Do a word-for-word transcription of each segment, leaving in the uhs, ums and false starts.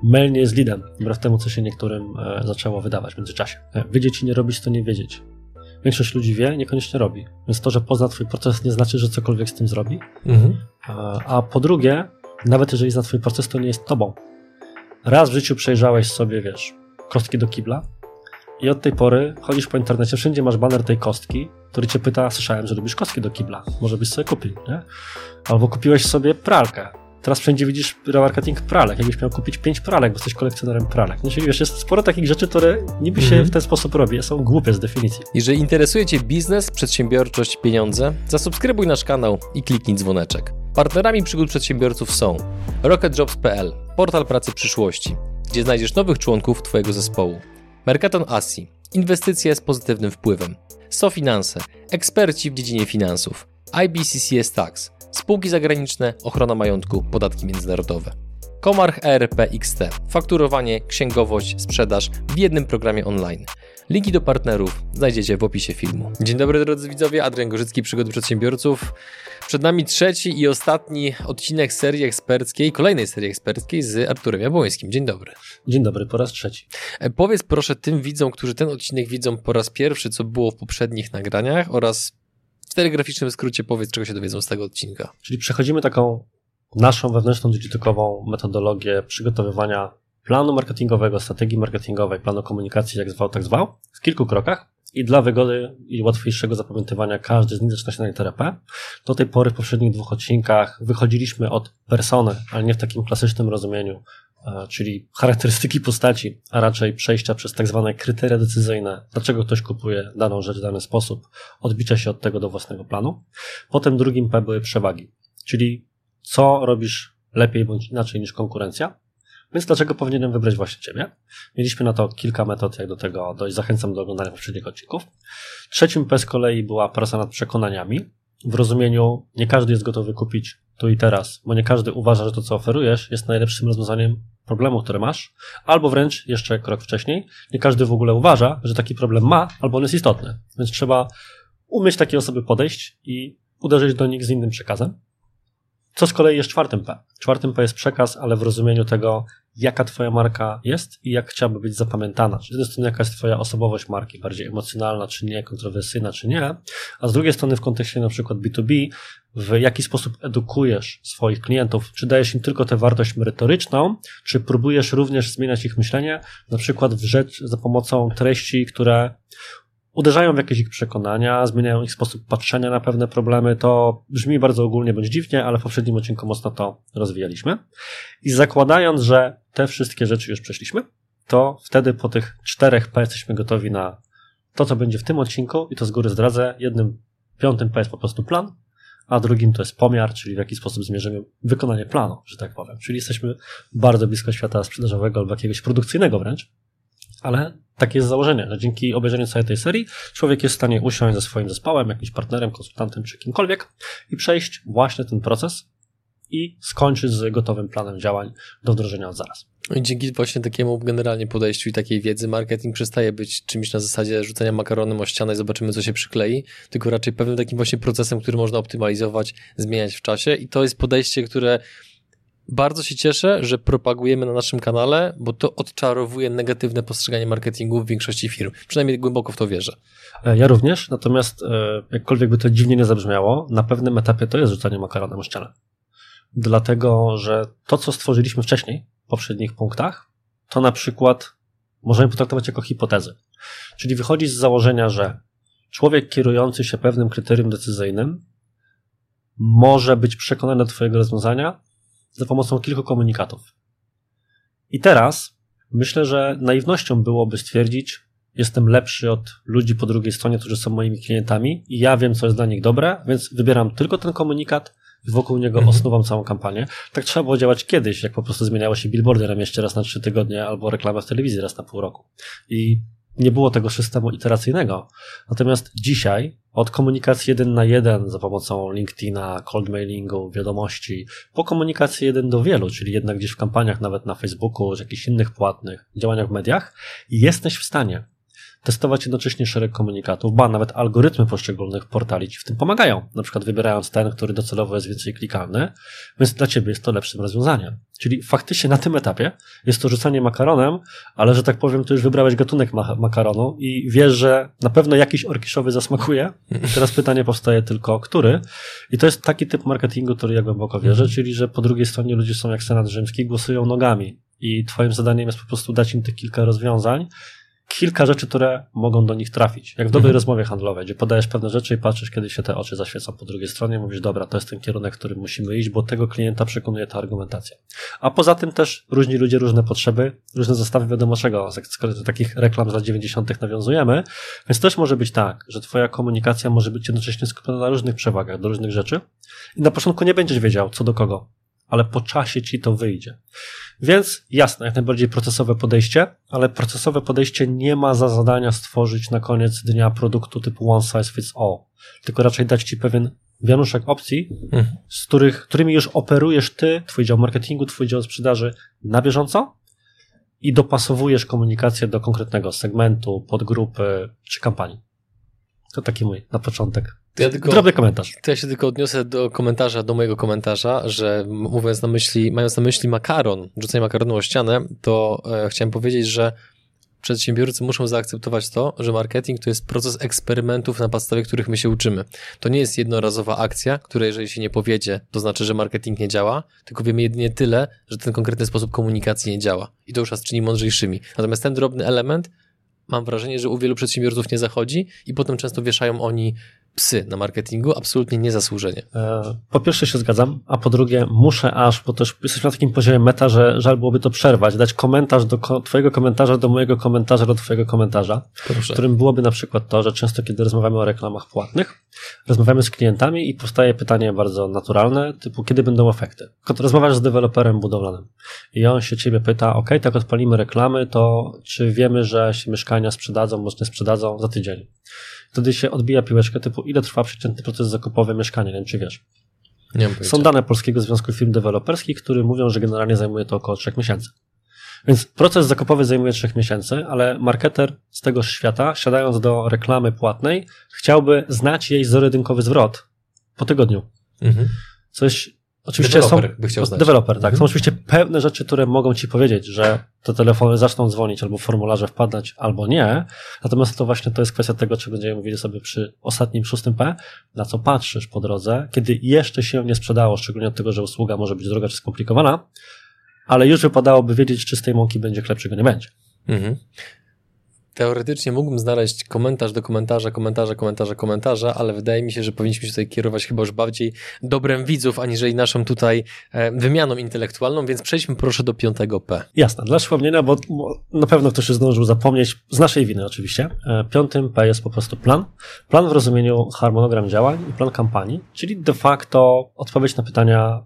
Mail nie jest leadem, wbrew temu, co się niektórym e, zaczęło wydawać w międzyczasie. E, wiedzieć i nie robić, to nie wiedzieć. Większość ludzi wie, niekoniecznie robi. Więc to, że pozna twój proces, nie znaczy, że cokolwiek z tym zrobi. Mhm. A, a po drugie, nawet jeżeli zna twój proces, to nie jest tobą. Raz w życiu przejrzałeś sobie, wiesz, kostki do kibla i od tej pory chodzisz po internecie, wszędzie masz baner tej kostki, który cię pyta, słyszałem, że lubisz kostki do kibla. Może byś sobie kupił, nie? Albo kupiłeś sobie pralkę. Teraz wszędzie widzisz remarketing pralek. Jakbyś miał kupić pięć pralek, bo jesteś kolekcjonerem pralek. No, czyli wiesz, jest sporo takich rzeczy, które niby się mm. w ten sposób robi, są głupie z definicji. Jeżeli interesuje cię biznes, przedsiębiorczość, pieniądze, zasubskrybuj nasz kanał i kliknij dzwoneczek. Partnerami przygód przedsiębiorców są rocket jobs kropka p l, portal pracy przyszłości, gdzie znajdziesz nowych członków twojego zespołu. Mercaton Asi, inwestycje z pozytywnym wpływem. SoFinanse, eksperci w dziedzinie finansów. I B C C S Tax, spółki zagraniczne, ochrona majątku, podatki międzynarodowe. Comarch E R P X T, fakturowanie, księgowość, sprzedaż w jednym programie online. Linki do partnerów znajdziecie w opisie filmu. Dzień dobry drodzy widzowie, Adrian Gorzycki, Przygody Przedsiębiorców. Przed nami trzeci i ostatni odcinek serii eksperckiej, kolejnej serii eksperckiej z Arturem Jabłońskim. Dzień dobry. Dzień dobry, po raz trzeci. Powiedz proszę tym widzom, którzy ten odcinek widzą po raz pierwszy, co było w poprzednich nagraniach oraz w telegraficznym skrócie powiedz, czego się dowiedzą z tego odcinka. Czyli przechodzimy taką naszą wewnętrzną digitykową metodologię przygotowywania planu marketingowego, strategii marketingowej, planu komunikacji, jak zwał, tak zwał, w kilku krokach i dla wygody i łatwiejszego zapamiętywania każdy z nich zaczyna się na literę P. Do tej pory w poprzednich dwóch odcinkach wychodziliśmy od persony, ale nie w takim klasycznym rozumieniu, czyli charakterystyki postaci, a raczej przejścia przez tak zwane kryteria decyzyjne, dlaczego ktoś kupuje daną rzecz w dany sposób, odbicia się od tego do własnego planu. Potem drugim P były przewagi, czyli co robisz lepiej bądź inaczej niż konkurencja, więc dlaczego powinienem wybrać właśnie Ciebie. Mieliśmy na to kilka metod, jak do tego dojść. Zachęcam do oglądania poprzednich odcinków. Trzecim P z kolei była praca nad przekonaniami, w rozumieniu nie każdy jest gotowy kupić tu i teraz, bo nie każdy uważa, że to, co oferujesz, jest najlepszym rozwiązaniem problemu, który masz, albo wręcz jeszcze krok wcześniej, nie każdy w ogóle uważa, że taki problem ma, albo on jest istotny. Więc trzeba umieć takiej osoby podejść i uderzyć do nich z innym przekazem. Co z kolei jest czwartym P. Czwartym P jest przekaz, ale w rozumieniu tego, jaka twoja marka jest i jak chciałaby być zapamiętana. Czyli z jednej strony jaka jest twoja osobowość marki, bardziej emocjonalna czy nie, kontrowersyjna czy nie, a z drugiej strony w kontekście na przykład B dwa B, w jaki sposób edukujesz swoich klientów, czy dajesz im tylko tę wartość merytoryczną, czy próbujesz również zmieniać ich myślenie, na przykład w rzecz za pomocą treści, które uderzają w jakieś ich przekonania, zmieniają ich sposób patrzenia na pewne problemy. To brzmi bardzo ogólnie bądź dziwnie, ale w poprzednim odcinku mocno to rozwijaliśmy. I zakładając, że te wszystkie rzeczy już przeszliśmy, to wtedy po tych czterech P jesteśmy gotowi na to, co będzie w tym odcinku i to z góry zdradzę. Jednym piątym P jest po prostu plan, a drugim to jest pomiar, czyli w jaki sposób zmierzymy wykonanie planu, że tak powiem. Czyli jesteśmy bardzo blisko świata sprzedażowego albo jakiegoś produkcyjnego wręcz. Ale takie jest założenie, że dzięki obejrzeniu całej tej serii człowiek jest w stanie usiąść ze swoim zespołem, jakimś partnerem, konsultantem czy kimkolwiek i przejść właśnie ten proces i skończyć z gotowym planem działań do wdrożenia od zaraz. I dzięki właśnie takiemu generalnie podejściu i takiej wiedzy marketing przestaje być czymś na zasadzie rzucenia makaronem o ścianę i zobaczymy, co się przyklei, tylko raczej pewnym takim właśnie procesem, który można optymalizować, zmieniać w czasie i to jest podejście, które bardzo się cieszę, że propagujemy na naszym kanale, bo to odczarowuje negatywne postrzeganie marketingu w większości firm. Przynajmniej głęboko w to wierzę. Ja również, natomiast jakkolwiek by to dziwnie nie zabrzmiało, na pewnym etapie to jest rzucanie makaronem o ścianę. Dlatego, że to, co stworzyliśmy wcześniej, w poprzednich punktach, to na przykład możemy potraktować jako hipotezy. Czyli wychodzi z założenia, że człowiek kierujący się pewnym kryterium decyzyjnym może być przekonany do twojego rozwiązania za pomocą kilku komunikatów. I teraz myślę, że naiwnością byłoby stwierdzić, jestem lepszy od ludzi po drugiej stronie, którzy są moimi klientami i ja wiem, co jest dla nich dobre, więc wybieram tylko ten komunikat i wokół niego mhm. osnuwam całą kampanię. Tak trzeba było działać kiedyś, jak po prostu zmieniało się billboardy na mieście raz na trzy tygodnie albo reklamę w telewizji raz na pół roku. I nie było tego systemu iteracyjnego. Natomiast dzisiaj od komunikacji jeden na jeden za pomocą LinkedIna, cold mailingu, wiadomości, po komunikację jeden do wielu, czyli jednak gdzieś w kampaniach, nawet na Facebooku, czy jakichś innych płatnych działaniach w mediach, jesteś w stanie testować jednocześnie szereg komunikatów, ba, nawet algorytmy poszczególnych portali ci w tym pomagają, na przykład wybierając ten, który docelowo jest więcej klikalny, więc dla ciebie jest to lepszym rozwiązaniem. Czyli faktycznie na tym etapie jest to rzucanie makaronem, ale że tak powiem, to już wybrałeś gatunek ma- makaronu i wiesz, że na pewno jakiś orkiszowy zasmakuje. I teraz pytanie powstaje tylko, który? I to jest taki typ marketingu, który ja głęboko wierzę, czyli że po drugiej stronie ludzie są jak Senat Rzymski, głosują nogami i twoim zadaniem jest po prostu dać im tych kilka rozwiązań, kilka rzeczy, które mogą do nich trafić. Jak w dobrej mhm. rozmowie handlowej, gdzie podajesz pewne rzeczy i patrzysz, kiedy się te oczy zaświecą po drugiej stronie, mówisz, dobra, to jest ten kierunek, w którym musimy iść, bo tego klienta przekonuje ta argumentacja. A poza tym też różni ludzie, różne potrzeby, różne zestawy wiadomo czego, skoro do takich reklam z lat dziewięćdziesiątych nawiązujemy, więc też może być tak, że twoja komunikacja może być jednocześnie skupiona na różnych przewagach, do różnych rzeczy i na początku nie będziesz wiedział, co do kogo, ale po czasie ci to wyjdzie. Więc jasne, jak najbardziej procesowe podejście, ale procesowe podejście nie ma za zadania stworzyć na koniec dnia produktu typu one size fits all, tylko raczej dać ci pewien wianuszek opcji, mhm. z których, którymi już operujesz ty, twój dział marketingu, twój dział sprzedaży na bieżąco i dopasowujesz komunikację do konkretnego segmentu, podgrupy czy kampanii. To taki mój na początek. To ja tylko, drobny komentarz. To ja się tylko odniosę do komentarza, do mojego komentarza, że mówiąc na myśli, mając na myśli makaron, rzucenie makaronu o ścianę, to e, chciałem powiedzieć, że przedsiębiorcy muszą zaakceptować to, że marketing to jest proces eksperymentów, na podstawie których my się uczymy. To nie jest jednorazowa akcja, która jeżeli się nie powiedzie, to znaczy, że marketing nie działa, tylko wiemy jedynie tyle, że ten konkretny sposób komunikacji nie działa. I to już nas czyni mądrzejszymi. Natomiast ten drobny element, mam wrażenie, że u wielu przedsiębiorców nie zachodzi i potem często wieszają oni psy na marketingu, absolutnie niezasłużenie. Po pierwsze się zgadzam, a po drugie muszę aż, bo też jesteśmy na takim poziomie meta, że żal byłoby to przerwać, dać komentarz do ko- twojego komentarza, do mojego komentarza, do twojego komentarza, Proszę. którym byłoby na przykład to, że często kiedy rozmawiamy o reklamach płatnych, rozmawiamy z klientami i powstaje pytanie bardzo naturalne, typu kiedy będą efekty. Rozmawiasz z deweloperem budowlanym i on się ciebie pyta, ok, tak odpalimy reklamy, to czy wiemy, że się mieszkania sprzedadzą, może nie sprzedadzą za tydzień. Wtedy się odbija piłeczkę typu, ile trwa przeciętny proces zakupowy mieszkania, nie wiem czy wiesz. Nie wiem. Są dane Polskiego Związku Firm Deweloperskich, które mówią, że generalnie zajmuje to około trzech miesięcy. Więc proces zakupowy zajmuje trzech miesięcy, ale marketer z tego świata, siadając do reklamy płatnej, chciałby znać jej zero-jedynkowy zwrot po tygodniu. Mhm. Coś Oczywiście deweloper są, by chciał znać. Deweloper, tak. Mhm. Są oczywiście pewne rzeczy, które mogą ci powiedzieć, że te telefony zaczną dzwonić albo formularze wpadać, albo nie. Natomiast to właśnie to jest kwestia tego, czy będziemy mówili sobie przy ostatnim szóstym P, na co patrzysz po drodze, kiedy jeszcze się nie sprzedało, szczególnie od tego, że usługa może być droga czy skomplikowana, ale już wypadałoby wiedzieć, czy z tej mąki będzie chleb, czy go nie będzie. Mhm. Teoretycznie mógłbym znaleźć komentarz do komentarza, komentarza, komentarza, komentarza, ale wydaje mi się, że powinniśmy się tutaj kierować chyba już bardziej dobrem widzów, aniżeli naszą tutaj e, wymianą intelektualną, więc przejdźmy proszę do piątego P. Jasne, dla przypomnienia, bo, bo na pewno ktoś już zdążył zapomnieć, z naszej winy oczywiście. E, piątym P jest po prostu plan. Plan w rozumieniu harmonogram działań i plan kampanii, czyli de facto odpowiedź na pytania,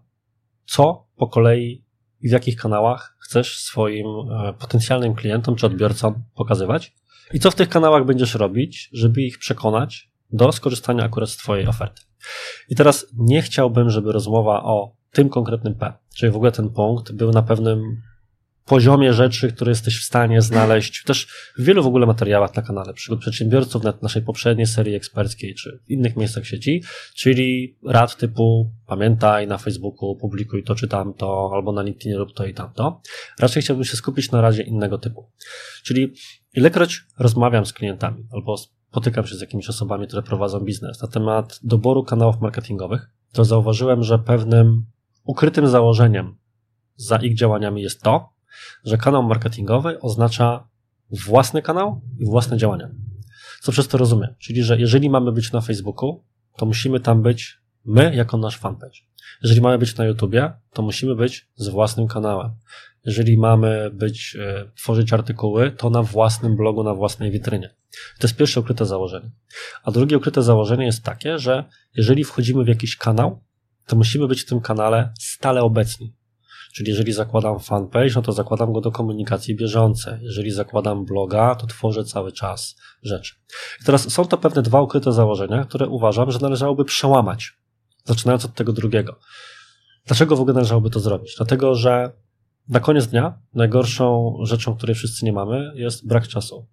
co po kolei i w jakich kanałach chcesz swoim e, potencjalnym klientom czy odbiorcom pokazywać i co w tych kanałach będziesz robić, żeby ich przekonać do skorzystania akurat z twojej oferty. I teraz nie chciałbym, żeby rozmowa o tym konkretnym P, czyli w ogóle ten punkt był na pewnym poziomie rzeczy, które jesteś w stanie znaleźć też w wielu w ogóle materiałach na kanale Przygód Przedsiębiorców, na naszej poprzedniej serii eksperckiej, czy w innych miejscach sieci, czyli rad typu pamiętaj na Facebooku, publikuj to czy tamto, albo na LinkedInie rób to i tamto. Raczej chciałbym się skupić na razie innego typu. Czyli ilekroć rozmawiam z klientami, albo spotykam się z jakimiś osobami, które prowadzą biznes na temat doboru kanałów marketingowych, to zauważyłem, że pewnym ukrytym założeniem za ich działaniami jest to, że kanał marketingowy oznacza własny kanał i własne działania. Co przez to rozumiem? Czyli, że jeżeli mamy być na Facebooku, to musimy tam być my jako nasz fanpage. Jeżeli mamy być na YouTubie, to musimy być z własnym kanałem. Jeżeli mamy być, e, tworzyć artykuły, to na własnym blogu, na własnej witrynie. To jest pierwsze ukryte założenie. A drugie ukryte założenie jest takie, że jeżeli wchodzimy w jakiś kanał, to musimy być w tym kanale stale obecni. Czyli jeżeli zakładam fanpage, no to zakładam go do komunikacji bieżącej. Jeżeli zakładam bloga, to tworzę cały czas rzeczy. I teraz są to pewne dwa ukryte założenia, które uważam, że należałoby przełamać, zaczynając od tego drugiego. Dlaczego w ogóle należałoby to zrobić? Dlatego, że na koniec dnia najgorszą rzeczą, której wszyscy nie mamy, jest brak czasu.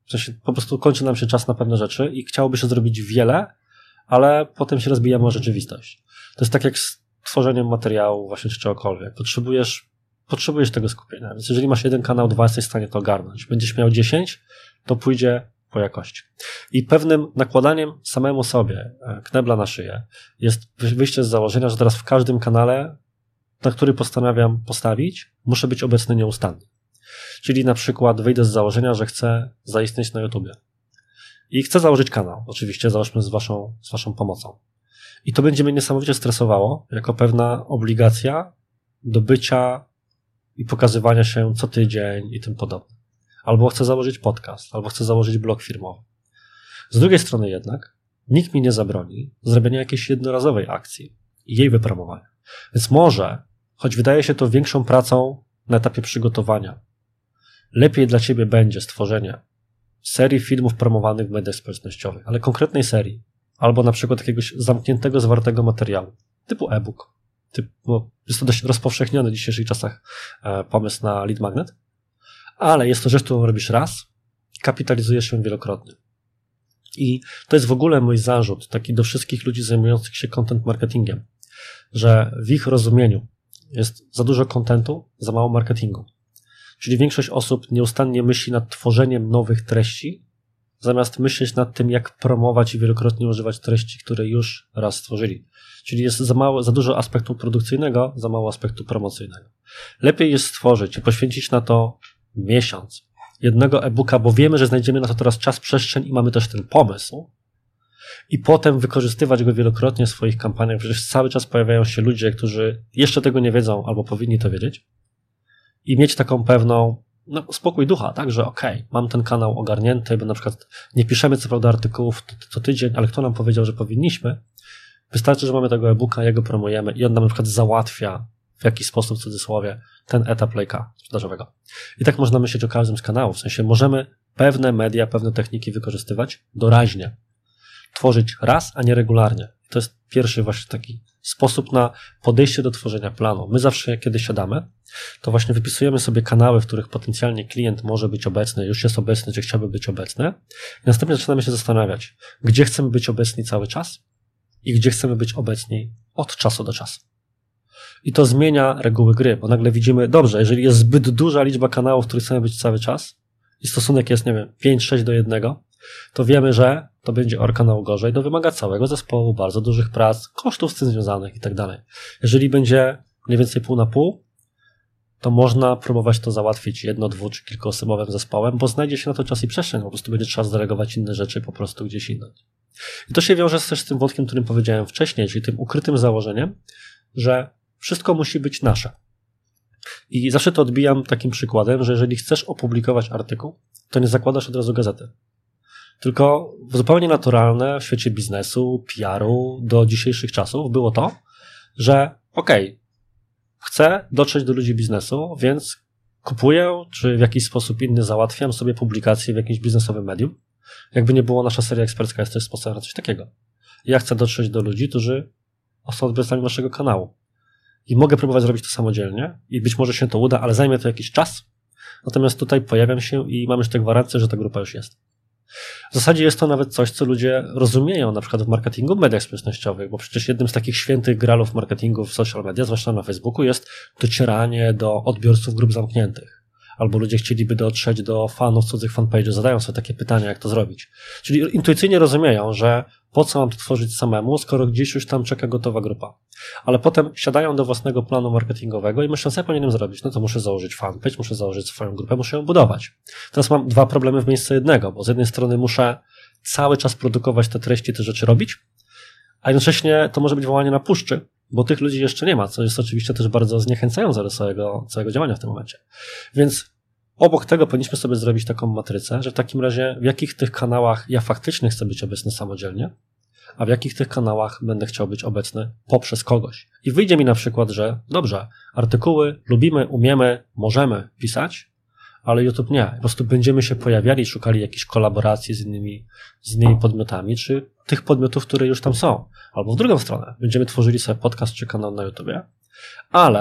W sensie po prostu kończy nam się czas na pewne rzeczy i chciałoby się zrobić wiele, ale potem się rozbijamy o rzeczywistość. To jest tak jak z tworzeniem materiału właśnie czy czegokolwiek. Potrzebujesz, potrzebujesz tego skupienia. Więc jeżeli masz jeden kanał, dwa, jesteś w stanie to ogarnąć. Będziesz miał dziesięć, to pójdzie po jakości. I pewnym nakładaniem samemu sobie knebla na szyję jest wyjście z założenia, że teraz w każdym kanale, na który postanawiam postawić, muszę być obecny nieustannie. Czyli na przykład wyjdę z założenia, że chcę zaistnieć na YouTubie. I chcę założyć kanał. Oczywiście załóżmy z waszą, z waszą pomocą. I to będzie mnie niesamowicie stresowało, jako pewna obligacja do bycia i pokazywania się co tydzień i tym podobne. Albo chcę założyć podcast, albo chcę założyć blog firmowy. Z drugiej strony jednak nikt mi nie zabroni zrobienia jakiejś jednorazowej akcji i jej wypromowania. Więc może, choć wydaje się to większą pracą na etapie przygotowania, lepiej dla ciebie będzie stworzenie serii filmów promowanych w mediach społecznościowych, ale konkretnej serii, albo na przykład jakiegoś zamkniętego, zwartego materiału, typu e-book. Typ, no, jest to dość rozpowszechniony w dzisiejszych czasach e, pomysł na lead magnet, ale jest to rzecz, którą robisz raz, kapitalizujesz ją wielokrotnie. I to jest w ogóle mój zarzut, taki do wszystkich ludzi zajmujących się content marketingiem, że w ich rozumieniu jest za dużo contentu, za mało marketingu. Czyli większość osób nieustannie myśli nad tworzeniem nowych treści, zamiast myśleć nad tym, jak promować i wielokrotnie używać treści, które już raz stworzyli. Czyli jest za mało, za dużo aspektu produkcyjnego, za mało aspektu promocyjnego. Lepiej jest stworzyć i poświęcić na to miesiąc jednego e-booka, bo wiemy, że znajdziemy na to teraz czas, przestrzeń i mamy też ten pomysł i potem wykorzystywać go wielokrotnie w swoich kampaniach. Przecież cały czas pojawiają się ludzie, którzy jeszcze tego nie wiedzą albo powinni to wiedzieć i mieć taką pewną no, spokój ducha, tak, że okej, okay, mam ten kanał ogarnięty, bo na przykład nie piszemy co prawda artykułów co tydzień, ale kto nam powiedział, że powinniśmy? Wystarczy, że mamy tego e-booka, jego promujemy i on nam na przykład załatwia w jakiś sposób, w cudzysłowie, ten etap lejka sprzedażowego. I tak można myśleć o każdym z kanałów. W sensie możemy pewne media, pewne techniki wykorzystywać doraźnie. Tworzyć raz, a nie regularnie. To jest pierwszy właśnie taki sposób na podejście do tworzenia planu. My zawsze, kiedy siadamy, to właśnie wypisujemy sobie kanały, w których potencjalnie klient może być obecny, już jest obecny, czy chciałby być obecny. I następnie zaczynamy się zastanawiać, gdzie chcemy być obecni cały czas i gdzie chcemy być obecni od czasu do czasu. I to zmienia reguły gry, bo nagle widzimy, dobrze, jeżeli jest zbyt duża liczba kanałów, w których chcemy być cały czas i stosunek jest, nie wiem, pięć sześć do jednego, to wiemy, że to będzie orka na gorzej, to wymaga całego zespołu, bardzo dużych prac, kosztów z tym związanych i tak dalej. Jeżeli będzie mniej więcej pół na pół, to można próbować to załatwić jedno, dwu czy kilkuosobowym zespołem, bo znajdzie się na to czas i przestrzeń, po prostu będzie trzeba zdelegować inne rzeczy po prostu gdzieś indziej. I to się wiąże też z tym wątkiem, którym powiedziałem wcześniej, czyli tym ukrytym założeniem, że wszystko musi być nasze. I zawsze to odbijam takim przykładem, że jeżeli chcesz opublikować artykuł, to nie zakładasz od razu gazety. Tylko zupełnie naturalne w świecie biznesu, P R u do dzisiejszych czasów było to, że okej, okay, chcę dotrzeć do ludzi biznesu, więc kupuję, czy w jakiś sposób inny załatwiam sobie publikację w jakimś biznesowym medium. Jakby nie było, nasza seria ekspercka jest też sposobem na coś takiego. Ja chcę dotrzeć do ludzi, którzy są odbiorcami naszego kanału. I mogę próbować zrobić to samodzielnie i być może się to uda, ale zajmie to jakiś czas. Natomiast tutaj pojawiam się i mam już tę gwarancję, że ta grupa już jest. W zasadzie jest to nawet coś, co ludzie rozumieją, na przykład w marketingu, w mediach społecznościowych, bo przecież jednym z takich świętych gralów marketingu w social media, zwłaszcza na Facebooku, jest docieranie do odbiorców grup zamkniętych. Albo ludzie chcieliby dotrzeć do fanów cudzych fanpage'ów, zadają sobie takie pytania, jak to zrobić. Czyli intuicyjnie rozumieją, że po co mam to tworzyć samemu, skoro gdzieś już tam czeka gotowa grupa. Ale potem siadają do własnego planu marketingowego i myślą, co ja powinienem zrobić? No to muszę założyć fanpage, muszę założyć swoją grupę, muszę ją budować. Teraz mam dwa problemy w miejscu jednego, bo z jednej strony muszę cały czas produkować te treści, te rzeczy robić, a jednocześnie to może być wołanie na puszczy, bo tych ludzi jeszcze nie ma, co jest oczywiście też bardzo zniechęcające do całego, całego działania w tym momencie. Więc obok tego powinniśmy sobie zrobić taką matrycę, że w takim razie w jakich tych kanałach ja faktycznie chcę być obecny samodzielnie, a w jakich tych kanałach będę chciał być obecny poprzez kogoś. I wyjdzie mi na przykład, że dobrze, artykuły lubimy, umiemy, możemy pisać, ale YouTube nie. Po prostu będziemy się pojawiali, szukali jakichś kolaboracji z innymi, z innymi podmiotami, czy tych podmiotów, które już tam są. Albo w drugą stronę. Będziemy tworzyli sobie podcast czy kanał na YouTubie, ale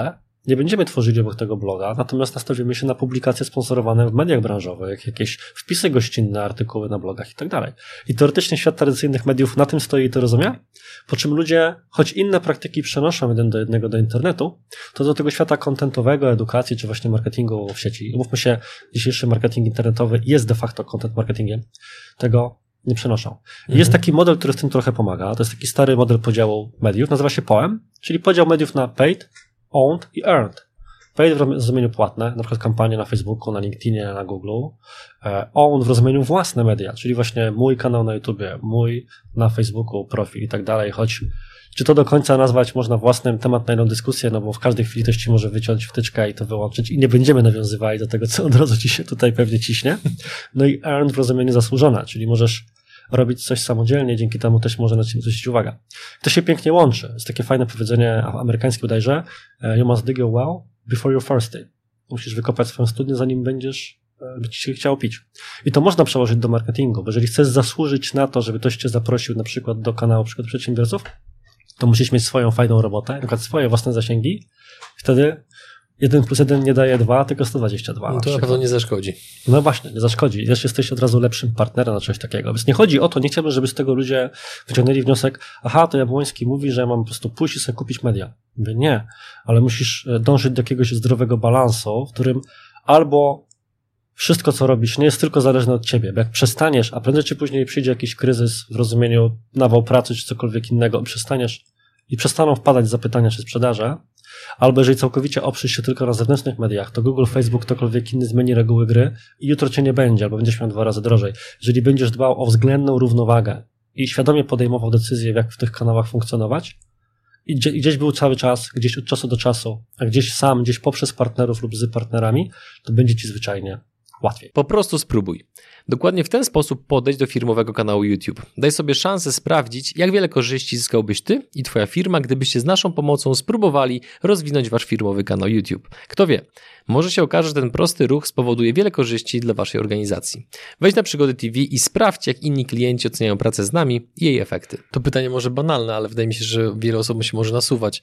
nie będziemy tworzyli obok tego bloga, natomiast nastawimy się na publikacje sponsorowane w mediach branżowych, jakieś wpisy gościnne, artykuły na blogach i tak dalej. I teoretycznie świat tradycyjnych mediów na tym stoi i to rozumie, po czym ludzie, choć inne praktyki przenoszą jeden do jednego do internetu, to do tego świata kontentowego, edukacji czy właśnie marketingu w sieci. Umówmy się, dzisiejszy marketing internetowy jest de facto content marketingiem. Tego nie przenoszą. Mhm. Jest taki model, który w tym trochę pomaga. To jest taki stary model podziału mediów. Nazywa się P O E M, czyli podział mediów na paid, owned i earned. Paid w rozumieniu płatne, na przykład kampanie na Facebooku, na LinkedInie, na Google. Owned w rozumieniu własne media, czyli właśnie mój kanał na YouTubie, mój na Facebooku profil i tak dalej, choć czy to do końca nazwać można własnym temat na jedną dyskusję, no bo w każdej chwili ktoś ci może wyciąć wtyczkę i to wyłączyć i nie będziemy nawiązywali do tego, co od razu ci się tutaj pewnie ciśnie. No i earned w rozumieniu zasłużona, czyli możesz robić coś samodzielnie, dzięki temu też może na ciebie zwrócić uwagę. To się pięknie łączy. Jest takie fajne powiedzenie amerykańskie bodajże: you must dig your well before you're thirsty. Musisz wykopać swoją studnię, zanim będziesz by ci się chciało pić. I to można przełożyć do marketingu, bo jeżeli chcesz zasłużyć na to, żeby ktoś cię zaprosił na przykład do kanału przykład przedsiębiorców, to musisz mieć swoją fajną robotę, na przykład swoje własne zasięgi. Wtedy jeden plus jeden nie daje dwa, tylko sto dwadzieścia dwa. No to na pewno nie zaszkodzi. No właśnie, nie zaszkodzi. Też jesteś od razu lepszym partnerem na coś takiego. Więc nie chodzi o to, nie chciałbym, żeby z tego ludzie wyciągnęli wniosek: aha, to Jabłoński mówi, że ja mam po prostu pójść i sobie kupić media. Mówię, nie, ale musisz dążyć do jakiegoś zdrowego balansu, w którym albo wszystko, co robisz, nie jest tylko zależne od ciebie, bo jak przestaniesz, a prędzej czy później przyjdzie jakiś kryzys w rozumieniu nawał pracy czy cokolwiek innego i przestaniesz i przestaną wpadać zapytania czy sprzedaże, albo jeżeli całkowicie oprzesz się tylko na zewnętrznych mediach, to Google, Facebook, ktokolwiek inny zmieni reguły gry i jutro cię nie będzie, albo będziesz miał dwa razy drożej. Jeżeli będziesz dbał o względną równowagę i świadomie podejmował decyzję, jak w tych kanałach funkcjonować, i gdzieś był cały czas, gdzieś od czasu do czasu, a gdzieś sam, gdzieś poprzez partnerów lub z partnerami, to będzie ci zwyczajnie łatwiej. Po prostu spróbuj. Dokładnie w ten sposób podejdź do firmowego kanału YouTube. Daj sobie szansę sprawdzić, jak wiele korzyści zyskałbyś ty i twoja firma, gdybyście z naszą pomocą spróbowali rozwinąć wasz firmowy kanał YouTube. Kto wie, może się okaże, że ten prosty ruch spowoduje wiele korzyści dla waszej organizacji. Wejdź na Przygody T V i sprawdź, jak inni klienci oceniają pracę z nami i jej efekty. To pytanie może banalne, ale wydaje mi się, że wiele osób się może nasuwać.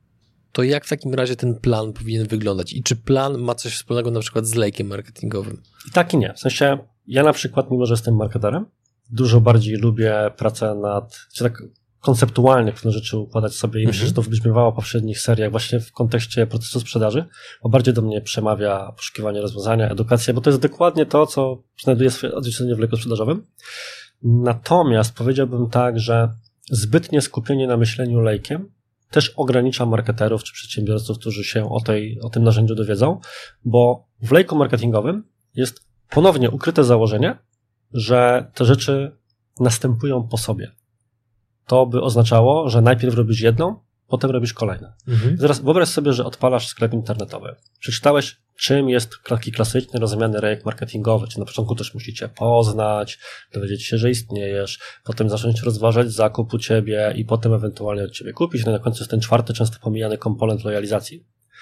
To jak w takim razie ten plan powinien wyglądać? I czy plan ma coś wspólnego na przykład z lejkiem marketingowym? I tak i nie. W sensie ja na przykład, mimo że jestem marketerem, dużo bardziej lubię pracę nad, czy tak konceptualnie pewne rzeczy układać sobie i mm-hmm. myślę, że to wybrzmiewało w poprzednich seriach właśnie w kontekście procesu sprzedaży, bo bardziej do mnie przemawia poszukiwanie rozwiązania, edukacja, bo to jest dokładnie to, co znajduje swoje odzwierciedlenie w lejku sprzedażowym. Natomiast powiedziałbym tak, że zbytnie skupienie na myśleniu lejkiem też ogranicza marketerów czy przedsiębiorców, którzy się o, tej, o tym narzędziu dowiedzą, bo w lejku marketingowym jest ponownie ukryte założenie, że te rzeczy następują po sobie. To by oznaczało, że najpierw robisz jedną, potem robisz kolejne. Mhm. Zaraz wyobraź sobie, że odpalasz sklep internetowy. Przeczytałeś, czym jest taki klasyczny, rozumiany lejek marketingowy. Czy na początku też musicie poznać, dowiedzieć się, że istniejesz, potem zacząć rozważać zakup u ciebie i potem ewentualnie od ciebie kupić. No i na końcu jest ten czwarty, często pomijany komponent lojalizacji.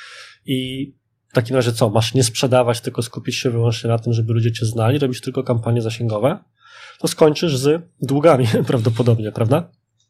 I w takim razie co? Masz nie sprzedawać, tylko skupić się wyłącznie na tym, żeby ludzie cię znali, robić tylko kampanie zasięgowe, to skończysz z długami prawdopodobnie, prawda?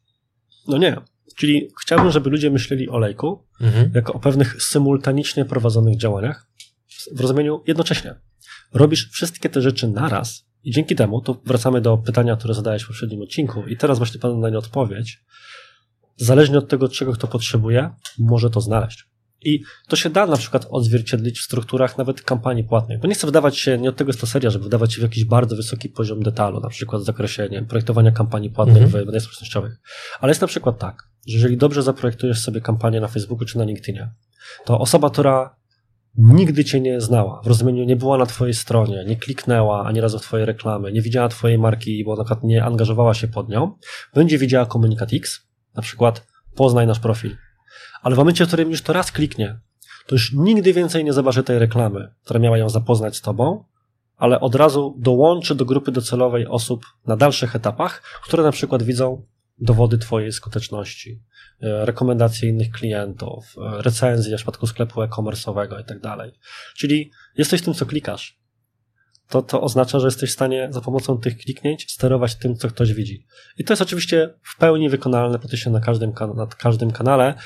No nie. Czyli chciałbym, żeby ludzie myśleli o lejku mhm. jako o pewnych symultanicznie prowadzonych działaniach w rozumieniu jednocześnie. Robisz wszystkie te rzeczy naraz i dzięki temu, to wracamy do pytania, które zadałeś w poprzednim odcinku i teraz właśnie Panu na nie odpowiedź, zależnie od tego, czego kto potrzebuje, może to znaleźć. I to się da na przykład odzwierciedlić w strukturach nawet kampanii płatnej, bo nie chcę wdawać się, nie od tego jest to seria, żeby wdawać się w jakiś bardzo wysoki poziom detalu, na przykład w zakresie nie wiem, projektowania kampanii płatnych mm-hmm. w mediach społecznościowych. Ale jest na przykład tak, że jeżeli dobrze zaprojektujesz sobie kampanię na Facebooku czy na LinkedInie, to osoba, która nigdy cię nie znała, w rozumieniu nie była na twojej stronie, nie kliknęła ani razu w twoje reklamy, nie widziała twojej marki, bo na przykład nie angażowała się pod nią, będzie widziała komunikat X, na przykład poznaj nasz profil. Ale w momencie, w którym już to raz kliknie, to już nigdy więcej nie zobaczy tej reklamy, która miała ją zapoznać z tobą, ale od razu dołączy do grupy docelowej osób na dalszych etapach, które na przykład widzą dowody twojej skuteczności, rekomendacje innych klientów, recenzje w przypadku sklepu e-commerce'owego i tak dalej. Czyli jesteś tym, co klikasz. To, to oznacza, że jesteś w stanie za pomocą tych kliknięć sterować tym, co ktoś widzi. I to jest oczywiście w pełni wykonalne, po się na każdym, na każdym kanale.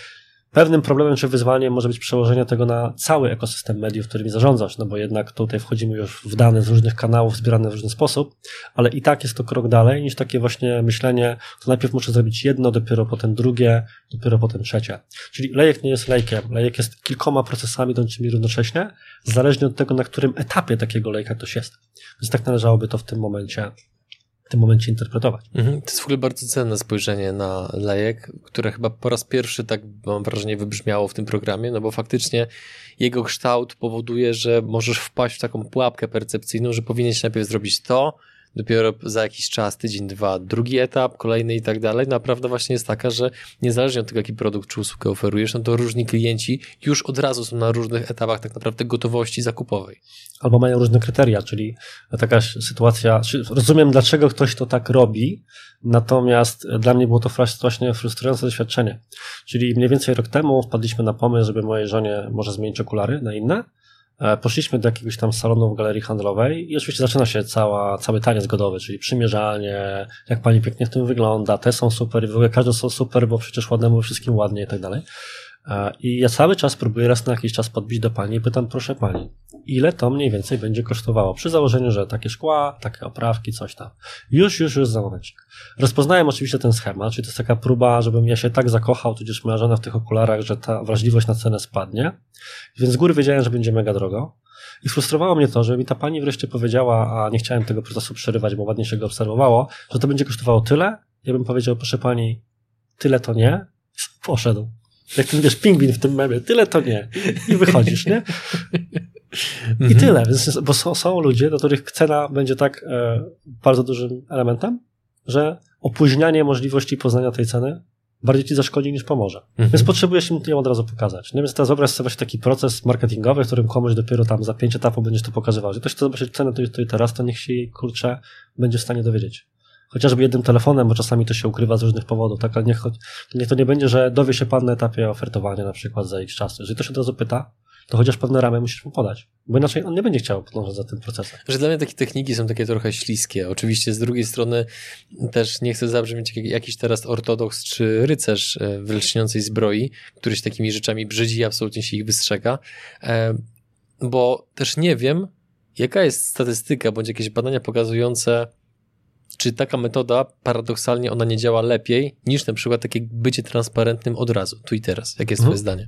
Pewnym problemem czy wyzwaniem może być przełożenie tego na cały ekosystem mediów, którymi zarządzasz, no bo jednak tutaj wchodzimy już w dane z różnych kanałów zbierane w różny sposób, ale i tak jest to krok dalej niż takie właśnie myślenie, to najpierw muszę zrobić jedno, dopiero potem drugie, dopiero potem trzecie. Czyli lejek nie jest lejkiem, lejek jest kilkoma procesami idącymi równocześnie, zależnie od tego, na którym etapie takiego lejka ktoś jest. Więc tak należałoby to w tym momencie w tym momencie interpretować. Mhm. To jest w ogóle bardzo cenne spojrzenie na lejek, które chyba po raz pierwszy, tak mam wrażenie, wybrzmiało w tym programie, no bo faktycznie jego kształt powoduje, że możesz wpaść w taką pułapkę percepcyjną, że powinieneś najpierw zrobić to, dopiero za jakiś czas, tydzień, dwa, drugi etap, kolejny i tak dalej. No, prawda właśnie jest taka, że niezależnie od tego, jaki produkt czy usługę oferujesz, no to różni klienci już od razu są na różnych etapach tak naprawdę gotowości zakupowej. Albo mają różne kryteria, czyli taka sytuacja, rozumiem, dlaczego ktoś to tak robi, natomiast dla mnie było to strasznie frustrujące doświadczenie. Czyli mniej więcej rok temu wpadliśmy na pomysł, żeby mojej żonie może zmienić okulary na inne. Poszliśmy do jakiegoś tam salonu w galerii handlowej i oczywiście zaczyna się cała, cały taniec godowy, czyli przymierzanie, jak pani pięknie w tym wygląda, te są super i w ogóle każde są super, bo przecież ładnemu wszystkim ładnie i tak dalej. I ja cały czas próbuję raz na jakiś czas podbić do pani i pytam, proszę pani, ile to mniej więcej będzie kosztowało? Przy założeniu, że takie szkła, takie oprawki, coś tam. Już, już, już za momencik. Rozpoznałem oczywiście ten schemat, czyli to jest taka próba, żebym ja się tak zakochał, tudzież moja żona w tych okularach, że ta wrażliwość na cenę spadnie. Więc z góry wiedziałem, że będzie mega drogo. I frustrowało mnie to, że mi ta pani wreszcie powiedziała, a nie chciałem tego procesu przerywać, bo ładnie się go obserwowało, że to będzie kosztowało tyle. Ja bym powiedział, proszę pani, tyle to nie. Poszedł. Jak ty wiesz, pingwin w tym memie, tyle to nie. I wychodzisz, nie? I tyle. Więc, bo są, są ludzie, do których cena będzie tak e, bardzo dużym elementem, że opóźnianie możliwości poznania tej ceny bardziej ci zaszkodzi niż pomoże. Mhm. Więc potrzebujesz im ją od razu pokazać. No więc teraz wyobraź sobie taki proces marketingowy, w którym komuś dopiero tam za pięć etapów będziesz to pokazywał. Że ktoś chce zobaczyć cenę to, to i teraz, to niech się jej, kurczę, będzie w stanie dowiedzieć. Chociażby jednym telefonem, bo czasami to się ukrywa z różnych powodów, tak? Ale niech, niech to nie będzie, że dowie się pan na etapie ofertowania na przykład za x czasu. Jeżeli to się od razu pyta, to chociaż pewne ramy musisz mu podać, bo inaczej on nie będzie chciał podążać za tym procesem. Że dla mnie takie techniki są takie trochę śliskie. Oczywiście z drugiej strony też nie chcę zabrzmieć jak jakiś teraz ortodoks czy rycerz w lśniącej zbroi, który się takimi rzeczami brzydzi i absolutnie się ich wystrzega, bo też nie wiem, jaka jest statystyka bądź jakieś badania pokazujące, czy taka metoda, paradoksalnie ona nie działa lepiej niż na przykład takie bycie transparentnym od razu, tu i teraz. Jakie jest mhm. twoje zdanie?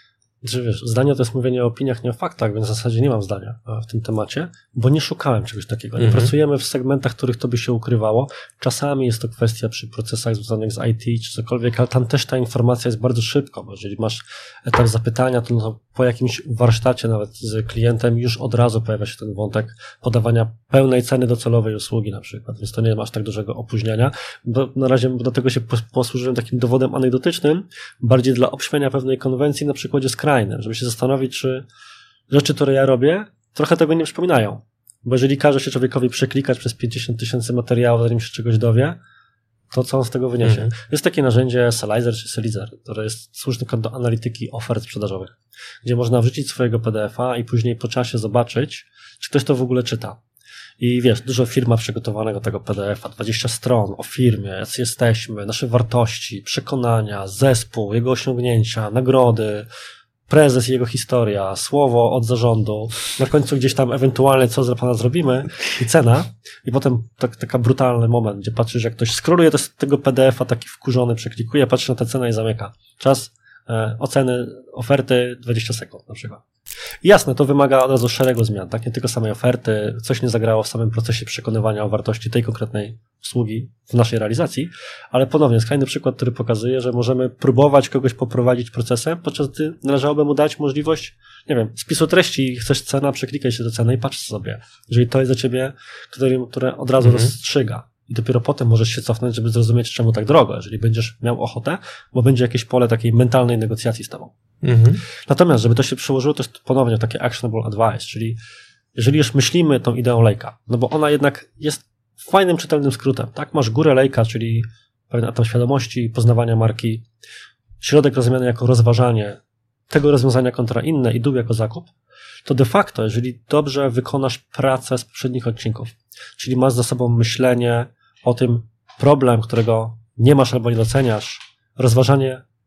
Że wiesz, zdanie to jest mówienie o opiniach, nie o faktach, więc w zasadzie nie mam zdania w tym temacie, bo nie szukałem czegoś takiego. Nie mhm. pracujemy w segmentach, w których to by się ukrywało. Czasami jest to kwestia przy procesach związanych z I T czy cokolwiek, ale tam też ta informacja jest bardzo szybko, bo jeżeli masz etap zapytania, to, no to po jakimś warsztacie nawet z klientem już od razu pojawia się ten wątek podawania pełnej ceny docelowej usługi na przykład, więc to nie masz tak dużego opóźniania, bo na razie do tego się posłużyłem takim dowodem anegdotycznym, bardziej dla obśmienia pewnej konwencji na przykładzie skrajnym, żeby się zastanowić, czy rzeczy, które ja robię, trochę tego nie przypominają. Bo jeżeli każe się człowiekowi przeklikać przez pięćdziesiąt tysięcy materiałów, zanim się czegoś dowie, to co on z tego wyniesie? Mm-hmm. Jest takie narzędzie Salizer czy Selizer, które jest służne do analityki ofert sprzedażowych, gdzie można wrzucić swojego P D F a i później po czasie zobaczyć, czy ktoś to w ogóle czyta. I wiesz, dużo firma przygotowanego tego P D F a, dwadzieścia stron o firmie, jacy jesteśmy, nasze wartości, przekonania, zespół, jego osiągnięcia, nagrody, prezes i jego historia, słowo od zarządu, na końcu gdzieś tam ewentualnie co za pana zrobimy i cena i potem tak, taka brutalny moment, gdzie patrzysz, jak ktoś scrolluje z tego P D F a taki wkurzony, przeklikuje, patrzy na tę cenę i zamyka. Czas e, oceny oferty dwadzieścia sekund na przykład. I jasne, to wymaga od razu szeregu zmian, tak? Nie tylko samej oferty, coś nie zagrało w samym procesie przekonywania o wartości tej konkretnej usługi w naszej realizacji, ale ponownie skrajny przykład, który pokazuje, że możemy próbować kogoś poprowadzić procesem, podczas gdy należałoby mu dać możliwość, nie wiem, spisu treści, chcesz cena, przeklikaj się do ceny i patrz sobie. Jeżeli to jest dla ciebie, które, które od razu mhm. rozstrzyga. I dopiero potem możesz się cofnąć, żeby zrozumieć, czemu tak drogo, jeżeli będziesz miał ochotę, bo będzie jakieś pole takiej mentalnej negocjacji z tobą. Mhm. Natomiast, żeby to się przełożyło, to jest ponownie takie actionable advice, czyli jeżeli już myślimy tą ideą lejka, no bo ona jednak jest fajnym, czytelnym skrótem, tak? Masz górę lejka, czyli pewien etap świadomości, poznawania marki, środek rozumiany jako rozważanie tego rozwiązania kontra inne i dół jako zakup, to de facto, jeżeli dobrze wykonasz pracę z poprzednich odcinków, czyli masz za sobą myślenie o tym problem, którego nie masz albo nie doceniasz, rozważanie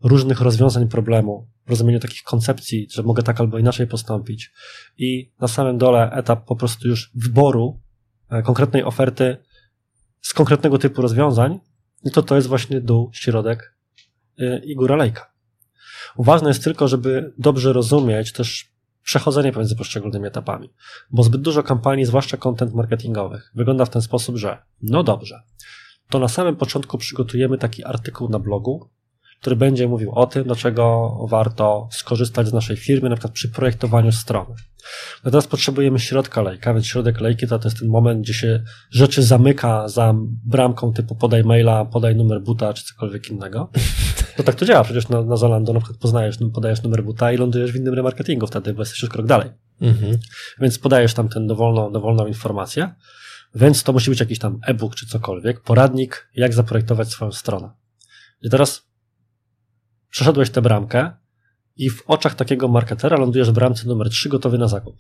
różnych rozwiązań problemu, w rozumieniu takich koncepcji, że mogę tak albo inaczej postąpić i na samym dole etap po prostu już wyboru konkretnej oferty z konkretnego typu rozwiązań, to to jest właśnie dół, środek i góra lejka. Ważne jest tylko, żeby dobrze rozumieć też przechodzenie pomiędzy poszczególnymi etapami, bo zbyt dużo kampanii, zwłaszcza content marketingowych, wygląda w ten sposób, że no dobrze, to na samym początku przygotujemy taki artykuł na blogu, który będzie mówił o tym, dlaczego warto skorzystać z naszej firmy, na przykład przy projektowaniu strony. No teraz potrzebujemy środka lejka, więc środek lejki to, to jest ten moment, gdzie się rzeczy zamyka za bramką typu podaj maila, podaj numer buta, czy cokolwiek innego. To tak to działa, przecież na, na Zalando na przykład poznajesz, podajesz numer buta i lądujesz w innym remarketingu wtedy, bo jesteś już krok dalej. Mhm. Więc podajesz tam tę dowolną, dowolną informację, więc to musi być jakiś tam e-book czy cokolwiek, poradnik, jak zaprojektować swoją stronę. I teraz przeszedłeś tę bramkę i w oczach takiego marketera lądujesz w bramce numer trzy gotowy na zakup.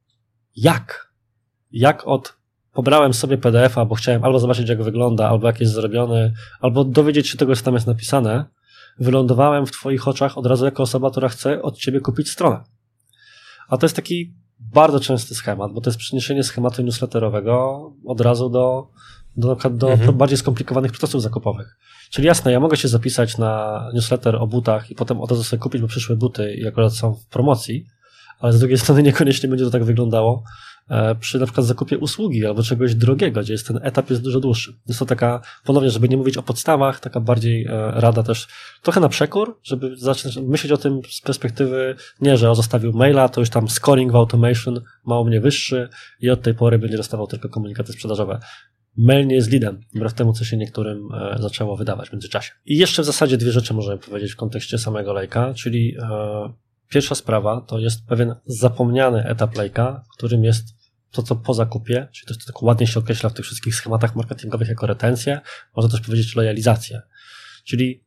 Jak? Jak od pobrałem sobie P D F a, bo chciałem albo zobaczyć, jak wygląda, albo jak jest zrobiony, albo dowiedzieć się tego, co tam jest napisane, wylądowałem w twoich oczach od razu jako osoba, która chce od ciebie kupić stronę. A to jest taki bardzo częsty schemat, bo to jest przeniesienie schematu newsletterowego od razu do, do, do mhm. bardziej skomplikowanych procesów zakupowych. Czyli jasne, ja mogę się zapisać na newsletter o butach i potem od razu sobie kupić, bo przyszły buty i akurat są w promocji, ale z drugiej strony niekoniecznie będzie to tak wyglądało przy na przykład zakupie usługi albo czegoś drogiego, gdzie jest ten etap jest dużo dłuższy. Jest to taka, ponownie, żeby nie mówić o podstawach, taka bardziej rada też trochę na przekór, żeby zacząć myśleć o tym z perspektywy nie, że on zostawił maila, to już tam scoring w automation ma u mnie wyższy i od tej pory będzie dostawał tylko komunikaty sprzedażowe. Mail nie jest leadem, wbrew temu, co się niektórym e, zaczęło wydawać w międzyczasie. I jeszcze w zasadzie dwie rzeczy możemy powiedzieć w kontekście samego lejka, czyli e, pierwsza sprawa to jest pewien zapomniany etap lejka, którym jest to, co po zakupie, czyli to, co tak ładnie się określa w tych wszystkich schematach marketingowych jako retencję, można też powiedzieć lojalizację. Czyli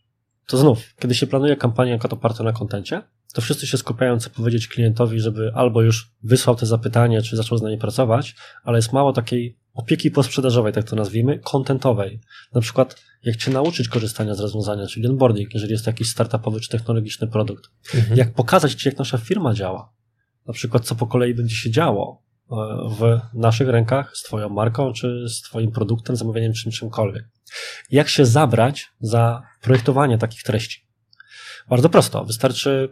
to znów, kiedy się planuje kampanię jako opartą na kontencie, to wszyscy się skupiają, co powiedzieć klientowi, żeby albo już wysłał te zapytanie, czy zaczął z nami pracować, ale jest mało takiej opieki posprzedażowej, tak to nazwijmy, kontentowej. Na przykład, jak cię nauczyć korzystania z rozwiązania, czyli onboarding, jeżeli jest to jakiś startupowy czy technologiczny produkt. Mhm. Jak pokazać ci, jak nasza firma działa. Na przykład, co po kolei będzie się działo w naszych rękach z twoją marką, czy z twoim produktem, zamówieniem, czym czymkolwiek. Jak się zabrać za projektowanie takich treści. Bardzo prosto. Wystarczy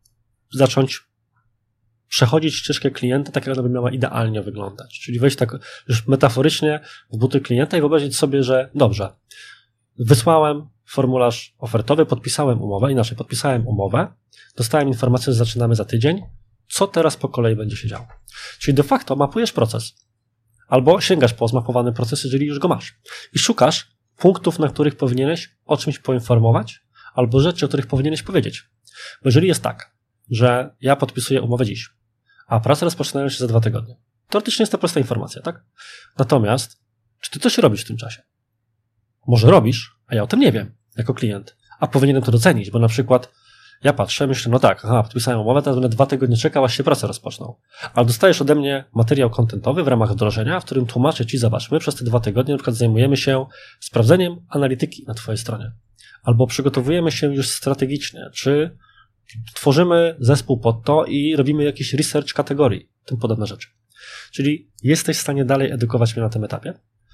zacząć przechodzić ścieżkę klienta, tak jak ona by miała idealnie wyglądać. Czyli wejść tak już metaforycznie w buty klienta i wyobrazić sobie, że dobrze, wysłałem formularz ofertowy, podpisałem umowę, inaczej podpisałem umowę, dostałem informację, że zaczynamy za tydzień, co teraz po kolei będzie się działo. Czyli de facto mapujesz proces. Albo sięgasz po zmapowany proces, jeżeli już go masz. I szukasz punktów, na których powinieneś o czymś poinformować, albo rzeczy, o których powinieneś powiedzieć. Bo jeżeli jest tak, że ja podpisuję umowę dziś, a prace rozpoczynają się za dwa tygodnie. Teoretycznie jest to prosta informacja, tak? Natomiast, czy ty coś robisz w tym czasie? Może robisz, a ja o tym nie wiem, jako klient. A powinienem to docenić, bo na przykład ja patrzę, myślę, no tak, aha, podpisałem umowę, teraz będę dwa tygodnie czekał, aż się prace rozpoczną. Ale dostajesz ode mnie materiał kontentowy w ramach wdrożenia, w którym tłumaczę ci, zobacz, my przez te dwa tygodnie na przykład zajmujemy się sprawdzeniem analityki na twojej stronie. Albo przygotowujemy się już strategicznie, czy tworzymy zespół pod to i robimy jakiś research kategorii, tym podobne rzeczy. Czyli jesteś w stanie dalej edukować mnie na tym etapie.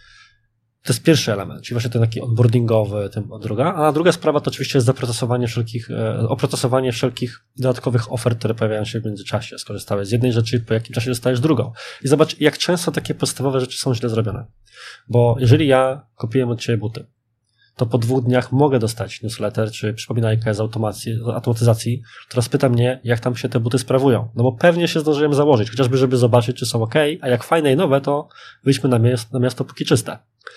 To jest pierwszy element, czyli właśnie ten taki onboardingowy, tym druga. A druga sprawa to oczywiście jest zaprocesowanie wszelkich, oprocesowanie wszelkich dodatkowych ofert, które pojawiają się w międzyczasie. Skorzystałeś z jednej rzeczy, po jakim czasie dostajesz drugą. I zobacz, jak często takie podstawowe rzeczy są źle zrobione. Bo jeżeli ja kupiłem od ciebie buty, to po dwóch dniach mogę dostać newsletter, czy przypominajkę z automacji, automatyzacji, która spyta mnie, jak tam się te buty sprawują. No bo pewnie się zdążyłem założyć, chociażby, żeby zobaczyć, czy są ok, a jak fajne i nowe, to wyjdźmy na miasto, na miasto póki czyste.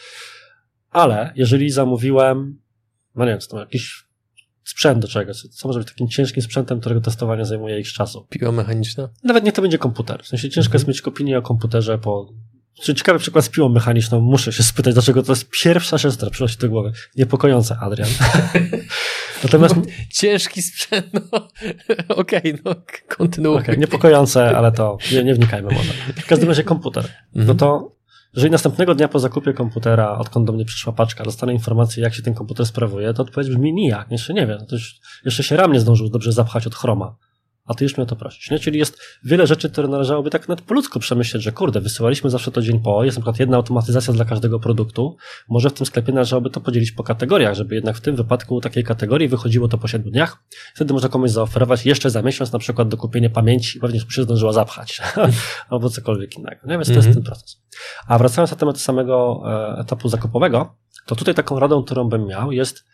Ale jeżeli zamówiłem, no nie wiem, co to jakiś sprzęt do czegoś, co może być takim ciężkim sprzętem, którego testowanie zajmuje ich czasu. Piła mechaniczna? Nawet niech to będzie komputer. W sensie ciężko mhm. jest mieć opinię o komputerze po... Czyli ciekawy przykład z piłą mechaniczną. Muszę się spytać, dlaczego to jest pierwsza rzecz, która przychodzi do głowy. Niepokojące, Adrian. Natomiast... No, ciężki sprzęt, no. Okej, okay, no, kontynuuj. Okay, niepokojące, ale to nie, nie wnikajmy może. W każdym razie komputer. Mhm. No to Jeżeli następnego dnia po zakupie komputera, odkąd do mnie przyszła paczka, dostanę informację, jak się ten komputer sprawuje, to odpowiedź brzmi nijak, jeszcze nie wiem, to już, jeszcze się RAM nie zdążył dobrze zapchać od Chroma, a ty już mnie o to prosisz, nie? Czyli jest wiele rzeczy, które należałoby tak nawet po ludzku przemyśleć, że kurde, wysyłaliśmy zawsze to dzień po, jest na przykład jedna automatyzacja dla każdego produktu, może w tym sklepie należałoby to podzielić po kategoriach, żeby jednak w tym wypadku takiej kategorii wychodziło to po siedmiu dniach, wtedy można komuś zaoferować jeszcze za miesiąc na przykład dokupienie pamięci, pewnie już się zdążyła zapchać, albo cokolwiek innego, nie? Więc to jest ten proces. A wracając na temat samego e, etapu zakupowego, to tutaj taką radą, którą bym miał, jest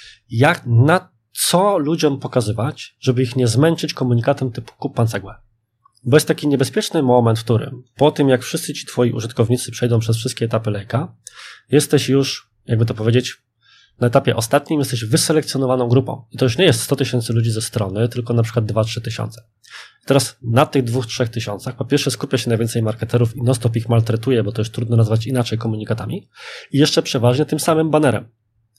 jak na co ludziom pokazywać, żeby ich nie zmęczyć komunikatem typu kup pan cegłę. Bo jest taki niebezpieczny moment, w którym po tym, jak wszyscy ci twoi użytkownicy przejdą przez wszystkie etapy lejka, jesteś już, jakby to powiedzieć, na etapie ostatnim jesteś wyselekcjonowaną grupą. I to już nie jest sto tysięcy ludzi ze strony, tylko na przykład dwa trzy tysiące. Teraz na tych dwóch trzech tysiącach, po pierwsze skupia się najwięcej marketerów i non-stop ich maltretuje, bo to już trudno nazwać inaczej komunikatami, i jeszcze przeważnie tym samym banerem.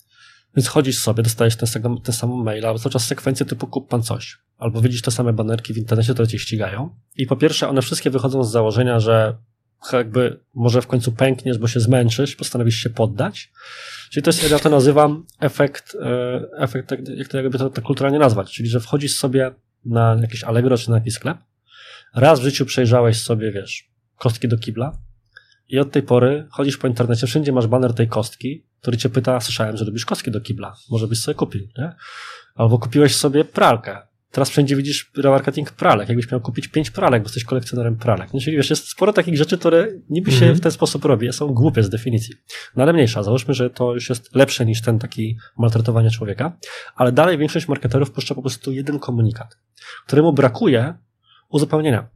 Więc chodzisz sobie, dostajesz ten, sam, ten sam mail, albo cały czas sekwencję typu kup pan coś. Albo widzisz te same banerki w internecie, które cię ścigają. I po pierwsze, one wszystkie wychodzą z założenia, że jakby może w końcu pękniesz, bo się zmęczysz, postanowisz się poddać. Czyli to jest, ja to nazywam efekt, efekt jak to jakby to, to kulturalnie nazwać. Czyli, że wchodzisz sobie na jakieś Allegro czy na jakiś sklep, raz w życiu przejrzałeś sobie, wiesz, kostki do kibla i od tej pory chodzisz po internecie, wszędzie masz baner tej kostki, który cię pyta, słyszałem, że lubisz kostki do kibla, może byś sobie kupił, nie? Albo kupiłeś sobie pralkę. Teraz wszędzie widzisz remarketing pralek, jakbyś miał kupić pięć pralek, bo jesteś kolekcjonerem pralek. No, czyli wiesz, jest sporo takich rzeczy, które niby się mm-hmm. w ten sposób robi, a są głupie z definicji. No ale mniejsza, załóżmy, że to już jest lepsze niż ten taki maltretowanie człowieka, ale dalej większość marketerów puszcza po prostu jeden komunikat, któremu brakuje uzupełnienia.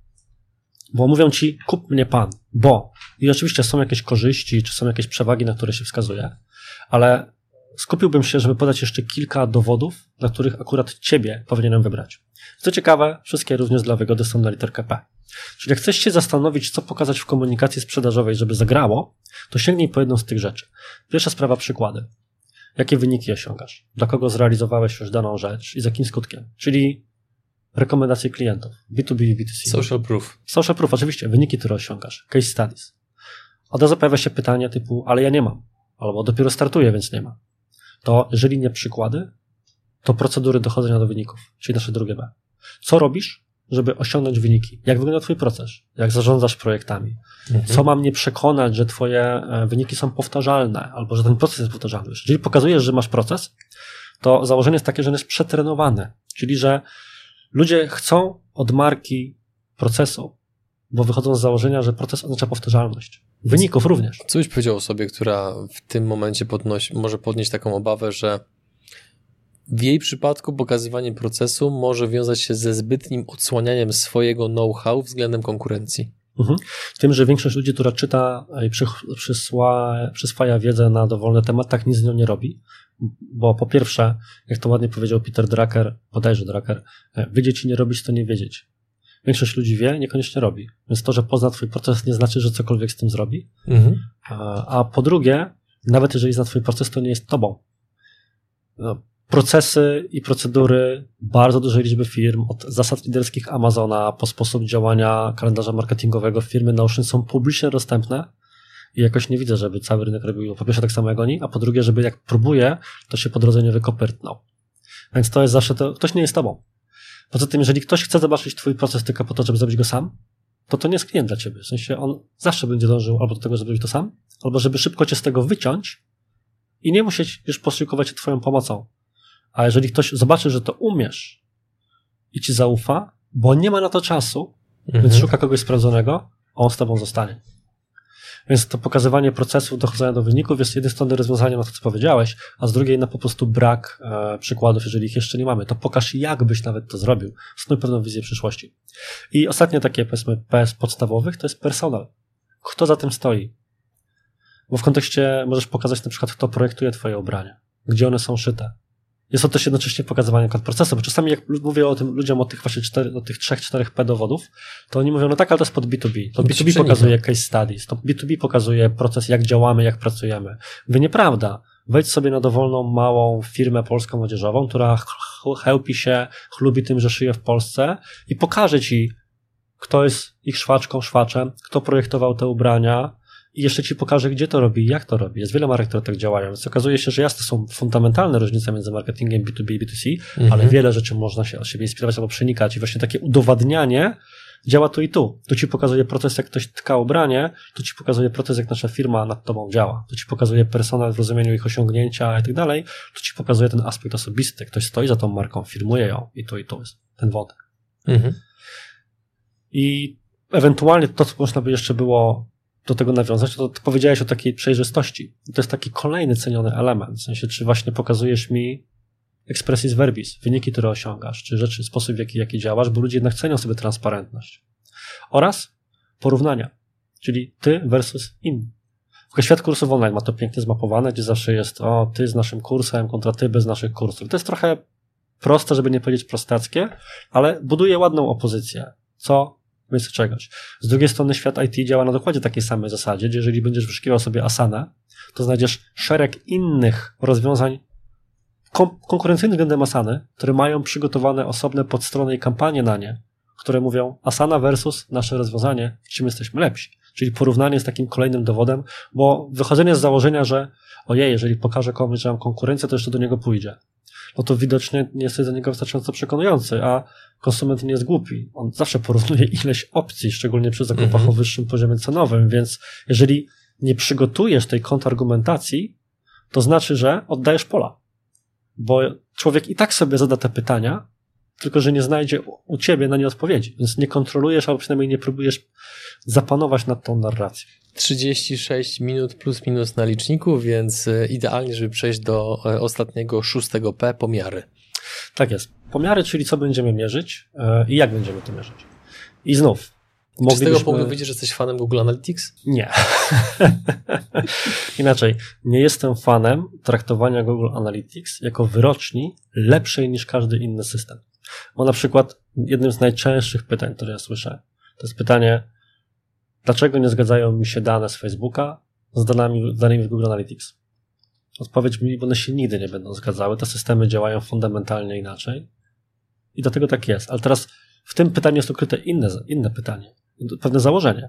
Bo mówią ci, kup mnie pan, bo. I oczywiście są jakieś korzyści, czy są jakieś przewagi, na które się wskazuje, ale skupiłbym się, żeby podać jeszcze kilka dowodów, na których akurat ciebie powinienem wybrać. Co ciekawe, wszystkie również dla wygody są na literkę P. Czyli jak chcesz się zastanowić, co pokazać w komunikacji sprzedażowej, żeby zagrało, to sięgnij po jedną z tych rzeczy. Pierwsza sprawa, przykłady. Jakie wyniki osiągasz? Dla kogo zrealizowałeś już daną rzecz i z jakim skutkiem? Czyli rekomendacje klientów. B dwa B i B dwa C. Social proof. Social proof, oczywiście. Wyniki, które osiągasz. Case studies. Od razu pojawia się pytanie typu, ale ja nie mam. Albo dopiero startuję, więc nie ma. To jeżeli nie przykłady, to procedury dochodzenia do wyników. Czyli nasze drugie B. Co robisz, żeby osiągnąć wyniki? Jak wygląda twój proces? Jak zarządzasz projektami? Mhm. Co ma mnie przekonać, że twoje wyniki są powtarzalne? Albo że ten proces jest powtarzalny? Jeżeli pokazujesz, że masz proces, to założenie jest takie, że on jest przetrenowany. Czyli, że ludzie chcą od marki procesu, bo wychodzą z założenia, że proces oznacza powtarzalność. Wyników również. Co byś powiedział osobie, która w tym momencie podnosi, może podnieść taką obawę, że w jej przypadku pokazywanie procesu może wiązać się ze zbytnim odsłanianiem swojego know-how względem konkurencji? Mhm. Tym, że większość ludzi, która czyta i przysła, przyswaja wiedzę na dowolny temat, tak nic z nią nie robi. Bo po pierwsze, jak to ładnie powiedział Peter Drucker, bodajże Drucker, wiedzieć i nie robić to nie wiedzieć. Większość ludzi wie, niekoniecznie robi. Więc to, że pozna twój proces, nie znaczy, że cokolwiek z tym zrobi. Mhm. A, a po drugie, nawet jeżeli zna twój proces, to nie jest tobą. Procesy i procedury bardzo dużej liczby firm, od zasad liderskich Amazona po sposób działania kalendarza marketingowego firmy Notion są publicznie dostępne i jakoś nie widzę, żeby cały rynek robił po pierwsze tak samo jak oni, a po drugie, żeby jak próbuje, to się po drodze nie wykopyrtnął. Więc to jest zawsze to, ktoś nie jest tobą. Poza tym, jeżeli ktoś chce zobaczyć twój proces tylko po to, żeby zrobić go sam, to to nie jest klient dla ciebie. W sensie on zawsze będzie dążył albo do tego, żeby zrobić to sam, albo żeby szybko cię z tego wyciąć i nie musieć już posiłkować się twoją pomocą. A jeżeli ktoś zobaczy, że to umiesz i ci zaufa, bo nie ma na to czasu, mhm. więc szuka kogoś sprawdzonego, on z tobą zostanie. Więc to pokazywanie procesów dochodzenia do wyników jest z jednej strony rozwiązaniem na to, co powiedziałeś, a z drugiej na po prostu brak e, przykładów, jeżeli ich jeszcze nie mamy. To pokaż, jak byś nawet to zrobił. Snuj pewną wizję przyszłości. I ostatnie takie, powiedzmy, P z podstawowych to jest personal. Kto za tym stoi? Bo w kontekście możesz pokazać na przykład, kto projektuje twoje ubrania, gdzie one są szyte. Jest to też jednocześnie pokazywanie procesu, bo czasami jak mówię o tym ludziom o tych właśnie cztery, o tych trzech, czterech P dowodów, to oni mówią, no tak, ale to jest pod B dwa B. To B dwa B pokazuje case studies, to B dwa B pokazuje proces, jak działamy, jak pracujemy. Wy nieprawda. Wejdź sobie na dowolną, małą firmę polską odzieżową, która chełpi się, chlubi tym, że szyje w Polsce i pokaże ci, kto jest ich szwaczką, szwaczem, kto projektował te ubrania, i jeszcze ci pokażę, gdzie to robi i jak to robi. Jest wiele marek, które tak działają, więc okazuje się, że jasne są fundamentalne różnice między marketingiem B dwa B i B dwa C, mhm. ale wiele rzeczy można się od siebie inspirować albo przenikać i właśnie takie udowadnianie działa tu i tu. Tu ci pokazuje proces, jak ktoś tka ubranie, tu ci pokazuje proces, jak nasza firma nad tobą działa. Tu ci pokazuje personel w rozumieniu ich osiągnięcia i tak dalej. Tu ci pokazuje ten aspekt osobisty. Ktoś stoi za tą marką, firmuje ją i tu i tu jest ten wątek. Mhm. I ewentualnie to, co można by jeszcze było do tego nawiązać, to, to powiedziałeś o takiej przejrzystości. To jest taki kolejny ceniony element. W sensie, czy właśnie pokazujesz mi expressis verbis, wyniki, które osiągasz, czy rzeczy, sposób, w jaki, jaki działasz, bo ludzie jednak cenią sobie transparentność. Oraz porównania, czyli ty versus inni. W świat kursów online ma to pięknie zmapowane, gdzie zawsze jest o, ty z naszym kursem kontra ty bez naszych kursów. To jest trochę proste, żeby nie powiedzieć prostackie, ale buduje ładną opozycję. Co? Miejsce czegoś. Z drugiej strony świat I T działa na dokładnie takiej samej zasadzie, gdzie jeżeli będziesz wyszukiwał sobie Asanę, to znajdziesz szereg innych rozwiązań kom- konkurencyjnych względem Asany, które mają przygotowane osobne podstrony i kampanie na nie, które mówią Asana versus nasze rozwiązanie, w czym jesteśmy lepsi. Czyli porównanie jest takim kolejnym dowodem, bo wychodzenie z założenia, że ojej, jeżeli pokażę komuś, że mam konkurencję, to jeszcze do niego pójdzie. No to widocznie nie jesteś za niego wystarczająco przekonujący, a konsument nie jest głupi. On zawsze porównuje ileś opcji, szczególnie przy zakupach mm-hmm. o wyższym poziomie cenowym, więc jeżeli nie przygotujesz tej kontrargumentacji, to znaczy, że oddajesz pola. Bo człowiek i tak sobie zada te pytania, tylko że nie znajdzie u ciebie na nie odpowiedzi, więc nie kontrolujesz, albo przynajmniej nie próbujesz zapanować nad tą narracją. trzydzieści sześć minut plus minus na liczniku, więc idealnie, żeby przejść do ostatniego, szóstego P, pomiary. Tak jest. Pomiary, czyli co będziemy mierzyć i jak będziemy to mierzyć. I znów. Czy z tego punktu widzisz, że jesteś fanem Google Analytics? Nie. Inaczej. Nie jestem fanem traktowania Google Analytics jako wyroczni lepszej niż każdy inny system. Bo na przykład jednym z najczęstszych pytań, które ja słyszę, to jest pytanie, dlaczego nie zgadzają mi się dane z Facebooka z danymi, danymi w Google Analytics? Odpowiedź mi, bo one się nigdy nie będą zgadzały. Te systemy działają fundamentalnie inaczej i dlatego tak jest. Ale teraz w tym pytaniu jest ukryte inne, inne pytanie, pewne założenie,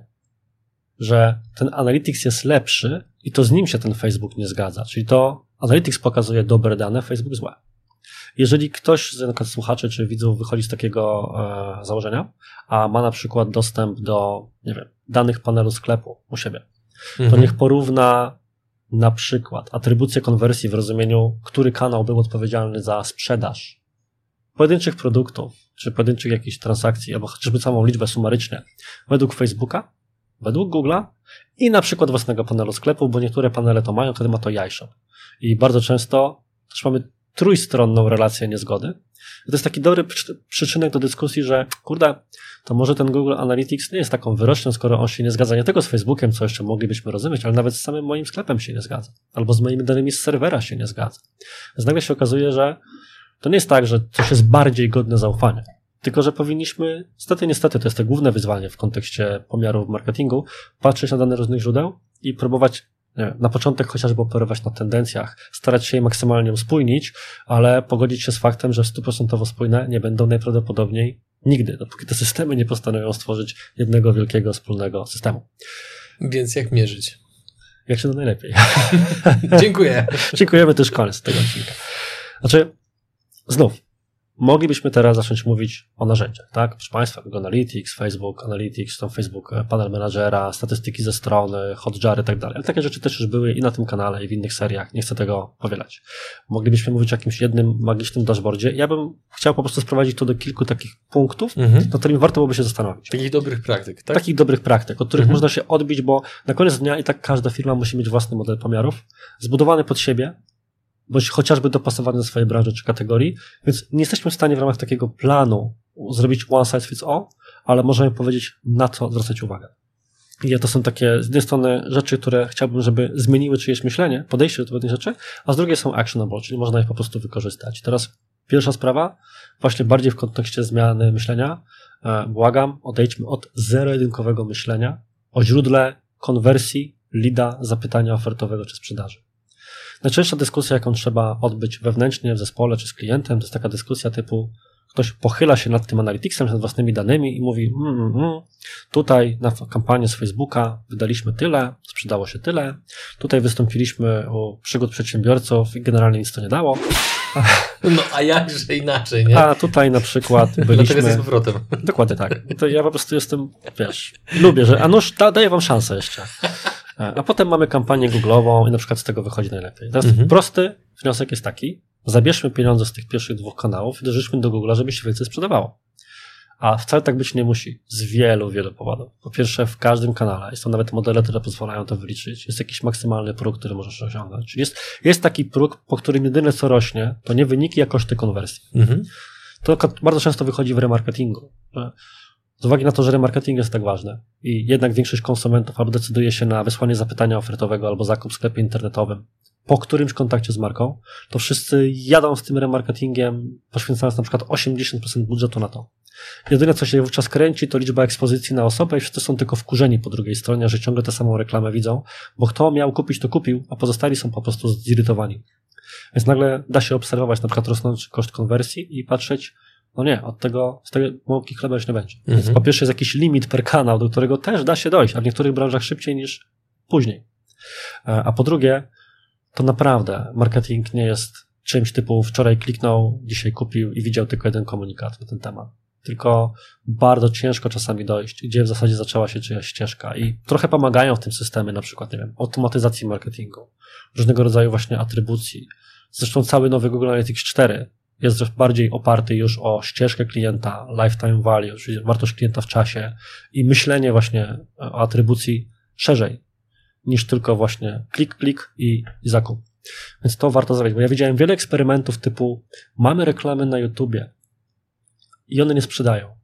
że ten Analytics jest lepszy i to z nim się ten Facebook nie zgadza. Czyli to Analytics pokazuje dobre dane, Facebook złe. Jeżeli ktoś z na przykład słuchaczy czy widzów wychodzi z takiego e, założenia, a ma na przykład dostęp do, nie wiem, danych panelu sklepu u siebie, mhm. to niech porówna na przykład atrybucję konwersji w rozumieniu, który kanał był odpowiedzialny za sprzedaż pojedynczych produktów, czy pojedynczych jakichś transakcji, albo chociażby samą liczbę sumarycznie według Facebooka, według Google'a i na przykład własnego panelu sklepu, bo niektóre panele to mają, wtedy ma to iShop. I bardzo często też mamy trójstronną relację niezgody. To jest taki dobry przyczynek do dyskusji, że kurde, to może ten Google Analytics nie jest taką wyrocznią, skoro on się nie zgadza nie tylko z Facebookiem, co jeszcze moglibyśmy rozumieć, ale nawet z samym moim sklepem się nie zgadza. Albo z moimi danymi z serwera się nie zgadza. Więc nagle się okazuje, że to nie jest tak, że coś jest bardziej godne zaufania. Tylko że powinniśmy, niestety, niestety, to jest to główne wyzwanie w kontekście pomiaru w marketingu, patrzeć na dane różnych źródeł i próbować nie wiem, na początek chociażby operować na tendencjach, starać się je maksymalnie uspójnić, ale pogodzić się z faktem, że stuprocentowo spójne nie będą najprawdopodobniej nigdy, dopóki te systemy nie postanowią stworzyć jednego wielkiego, wspólnego systemu. Więc jak mierzyć? Jak się da najlepiej. Dziękuję. Dziękujemy, też koniec tego odcinka. Znaczy, znów, moglibyśmy teraz zacząć mówić o narzędziach, tak? Proszę Państwa, Google Analytics, Facebook Analytics, tam Facebook Panel Managera, statystyki ze strony, Hotjar i tak dalej. Ale takie rzeczy też już były i na tym kanale, i w innych seriach. Nie chcę tego powielać. Moglibyśmy mówić o jakimś jednym magicznym dashboardzie. Ja bym chciał po prostu sprowadzić to do kilku takich punktów, mhm. nad którymi warto byłoby się zastanowić. Takich dobrych praktyk, tak? Takich dobrych praktyk, od których mhm. można się odbić, bo na koniec dnia i tak każda firma musi mieć własny model pomiarów, zbudowany pod siebie, bądź chociażby dopasowany do swojej branży czy kategorii, więc nie jesteśmy w stanie w ramach takiego planu zrobić one size fits all, ale możemy powiedzieć, na co zwracać uwagę. I to są takie z jednej strony rzeczy, które chciałbym, żeby zmieniły czyjeś myślenie, podejście do pewnych rzeczy, a z drugiej są actionable, czyli można je po prostu wykorzystać. Teraz pierwsza sprawa, właśnie bardziej w kontekście zmiany myślenia, błagam, odejdźmy od zero-jedynkowego myślenia o źródle konwersji, leada, zapytania ofertowego czy sprzedaży. Najczęstsza dyskusja, jaką trzeba odbyć wewnętrznie w zespole czy z klientem, to jest taka dyskusja typu, ktoś pochyla się nad tym Analyticsem, nad własnymi danymi i mówi mm, mm, tutaj na kampanię z Facebooka wydaliśmy tyle, sprzedało się tyle, tutaj wystąpiliśmy u przygód przedsiębiorców i generalnie nic to nie dało. No a jakże inaczej, nie? A tutaj na przykład byliśmy... Dlatego jesteś z powrotem. Dokładnie tak. To ja po prostu jestem, wiesz, lubię, że a nuż da, daję wam szansę jeszcze. A potem mamy kampanię Google'ową i na przykład z tego wychodzi najlepiej. Teraz mhm. prosty wniosek jest taki, zabierzmy pieniądze z tych pierwszych dwóch kanałów i dorzućmy do Google'a, żeby się więcej sprzedawało. A wcale tak być nie musi. Z wielu, wielu powodów. Po pierwsze, w każdym kanale są nawet modele, które pozwalają to wyliczyć. Jest jakiś maksymalny próg, który możesz osiągnąć. Czyli jest, jest taki próg, po którym jedyne co rośnie, to nie wyniki, a koszty konwersji. Mhm. To bardzo często wychodzi w remarketingu. Że z uwagi na to, że remarketing jest tak ważny i jednak większość konsumentów albo decyduje się na wysłanie zapytania ofertowego albo zakup w sklepie internetowym po którymś kontakcie z marką, to wszyscy jadą z tym remarketingiem, poświęcając na przykład osiemdziesiąt procent budżetu na to. Jedyne, co się wówczas kręci, to liczba ekspozycji na osobę i wszyscy są tylko wkurzeni po drugiej stronie, że ciągle tę samą reklamę widzą, bo kto miał kupić, to kupił, a pozostali są po prostu zirytowani. Więc nagle da się obserwować na przykład rosnący koszt konwersji i patrzeć, no nie, od tego, z tego mąki chleba już nie będzie. Mhm. Więc po pierwsze jest jakiś limit per kanał, do którego też da się dojść, a w niektórych branżach szybciej niż później. A po drugie, to naprawdę marketing nie jest czymś typu wczoraj kliknął, dzisiaj kupił i widział tylko jeden komunikat na ten temat. Tylko bardzo ciężko czasami dojść, gdzie w zasadzie zaczęła się czyjaś ścieżka i trochę pomagają w tym systemy, na przykład, nie wiem, automatyzacji marketingu, różnego rodzaju właśnie atrybucji. Zresztą cały nowy Google Analytics cztery jest bardziej oparty już o ścieżkę klienta, lifetime value, czyli wartość klienta w czasie i myślenie właśnie o atrybucji szerzej niż tylko właśnie klik, klik i, i zakup. Więc to warto zrobić, bo ja widziałem wiele eksperymentów typu mamy reklamy na YouTubie i one nie sprzedają.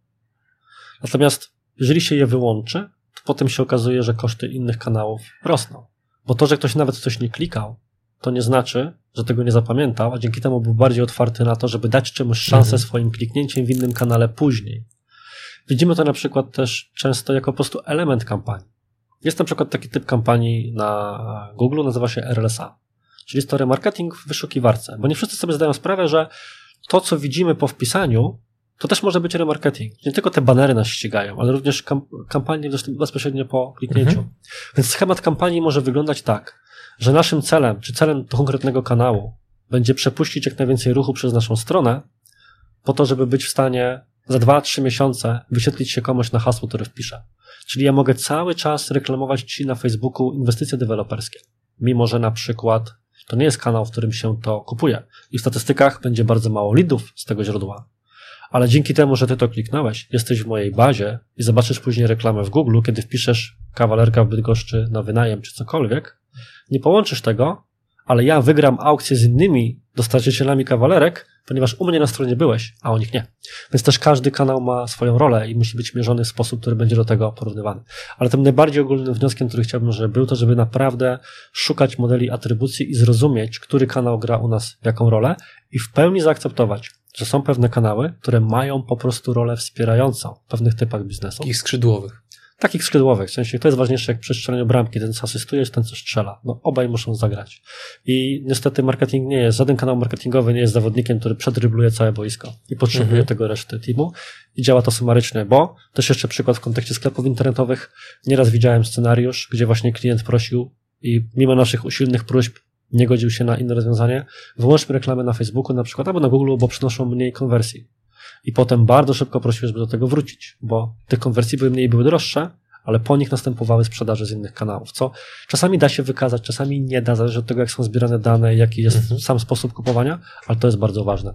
Natomiast jeżeli się je wyłączy, to potem się okazuje, że koszty innych kanałów rosną. Bo to, że ktoś nawet coś nie klikał, to nie znaczy, że tego nie zapamiętał, a dzięki temu był bardziej otwarty na to, żeby dać czemuś szansę mhm. swoim kliknięciem w innym kanale później. Widzimy to na przykład też często jako po prostu element kampanii. Jest na przykład taki typ kampanii na Google, nazywa się R L S A, czyli jest to remarketing w wyszukiwarce, bo nie wszyscy sobie zdają sprawę, że to, co widzimy po wpisaniu, to też może być remarketing. Nie tylko te banery nas ścigają, ale również kamp- kampanie bezpośrednio po kliknięciu. Mhm. Więc schemat kampanii może wyglądać tak, że naszym celem, czy celem konkretnego kanału będzie przepuścić jak najwięcej ruchu przez naszą stronę, po to, żeby być w stanie za dwa trzy miesiące wyświetlić się komuś na hasło, które wpiszę. Czyli ja mogę cały czas reklamować Ci na Facebooku inwestycje deweloperskie, mimo że na przykład to nie jest kanał, w którym się to kupuje i w statystykach będzie bardzo mało leadów z tego źródła. Ale dzięki temu, że Ty to kliknąłeś, jesteś w mojej bazie i zobaczysz później reklamę w Google, kiedy wpiszesz kawalerka w Bydgoszczy na wynajem czy cokolwiek, nie połączysz tego, ale ja wygram aukcję z innymi dostarczycielami kawalerek, ponieważ u mnie na stronie byłeś, a u nich nie. Więc też każdy kanał ma swoją rolę i musi być mierzony w sposób, który będzie do tego porównywany. Ale tym najbardziej ogólnym wnioskiem, który chciałbym, żeby był, to żeby naprawdę szukać modeli atrybucji i zrozumieć, który kanał gra u nas jaką rolę i w pełni zaakceptować, że są pewne kanały, które mają po prostu rolę wspierającą w pewnych typach biznesu. Takich skrzydłowych. Takich skrzydłowych, w sensie to jest ważniejsze jak przy strzelaniu bramki, ten co asystuje, ten co strzela. No obaj muszą zagrać. I niestety marketing nie jest, żaden kanał marketingowy nie jest zawodnikiem, który przedrybluje całe boisko i potrzebuje mhm. tego reszty teamu i działa to sumarycznie, bo też jeszcze przykład w kontekście sklepów internetowych, nieraz widziałem scenariusz, gdzie właśnie klient prosił i mimo naszych usilnych próśb nie godził się na inne rozwiązanie, wyłączmy reklamę na Facebooku na przykład, albo na Google, bo przynoszą mniej konwersji. I potem bardzo szybko prosił, żeby do tego wrócić, bo tych konwersji były mniej, były droższe, ale po nich następowały sprzedaże z innych kanałów, co czasami da się wykazać, czasami nie da, zależy od tego, jak są zbierane dane, jaki jest mhm. sam sposób kupowania, ale to jest bardzo ważne.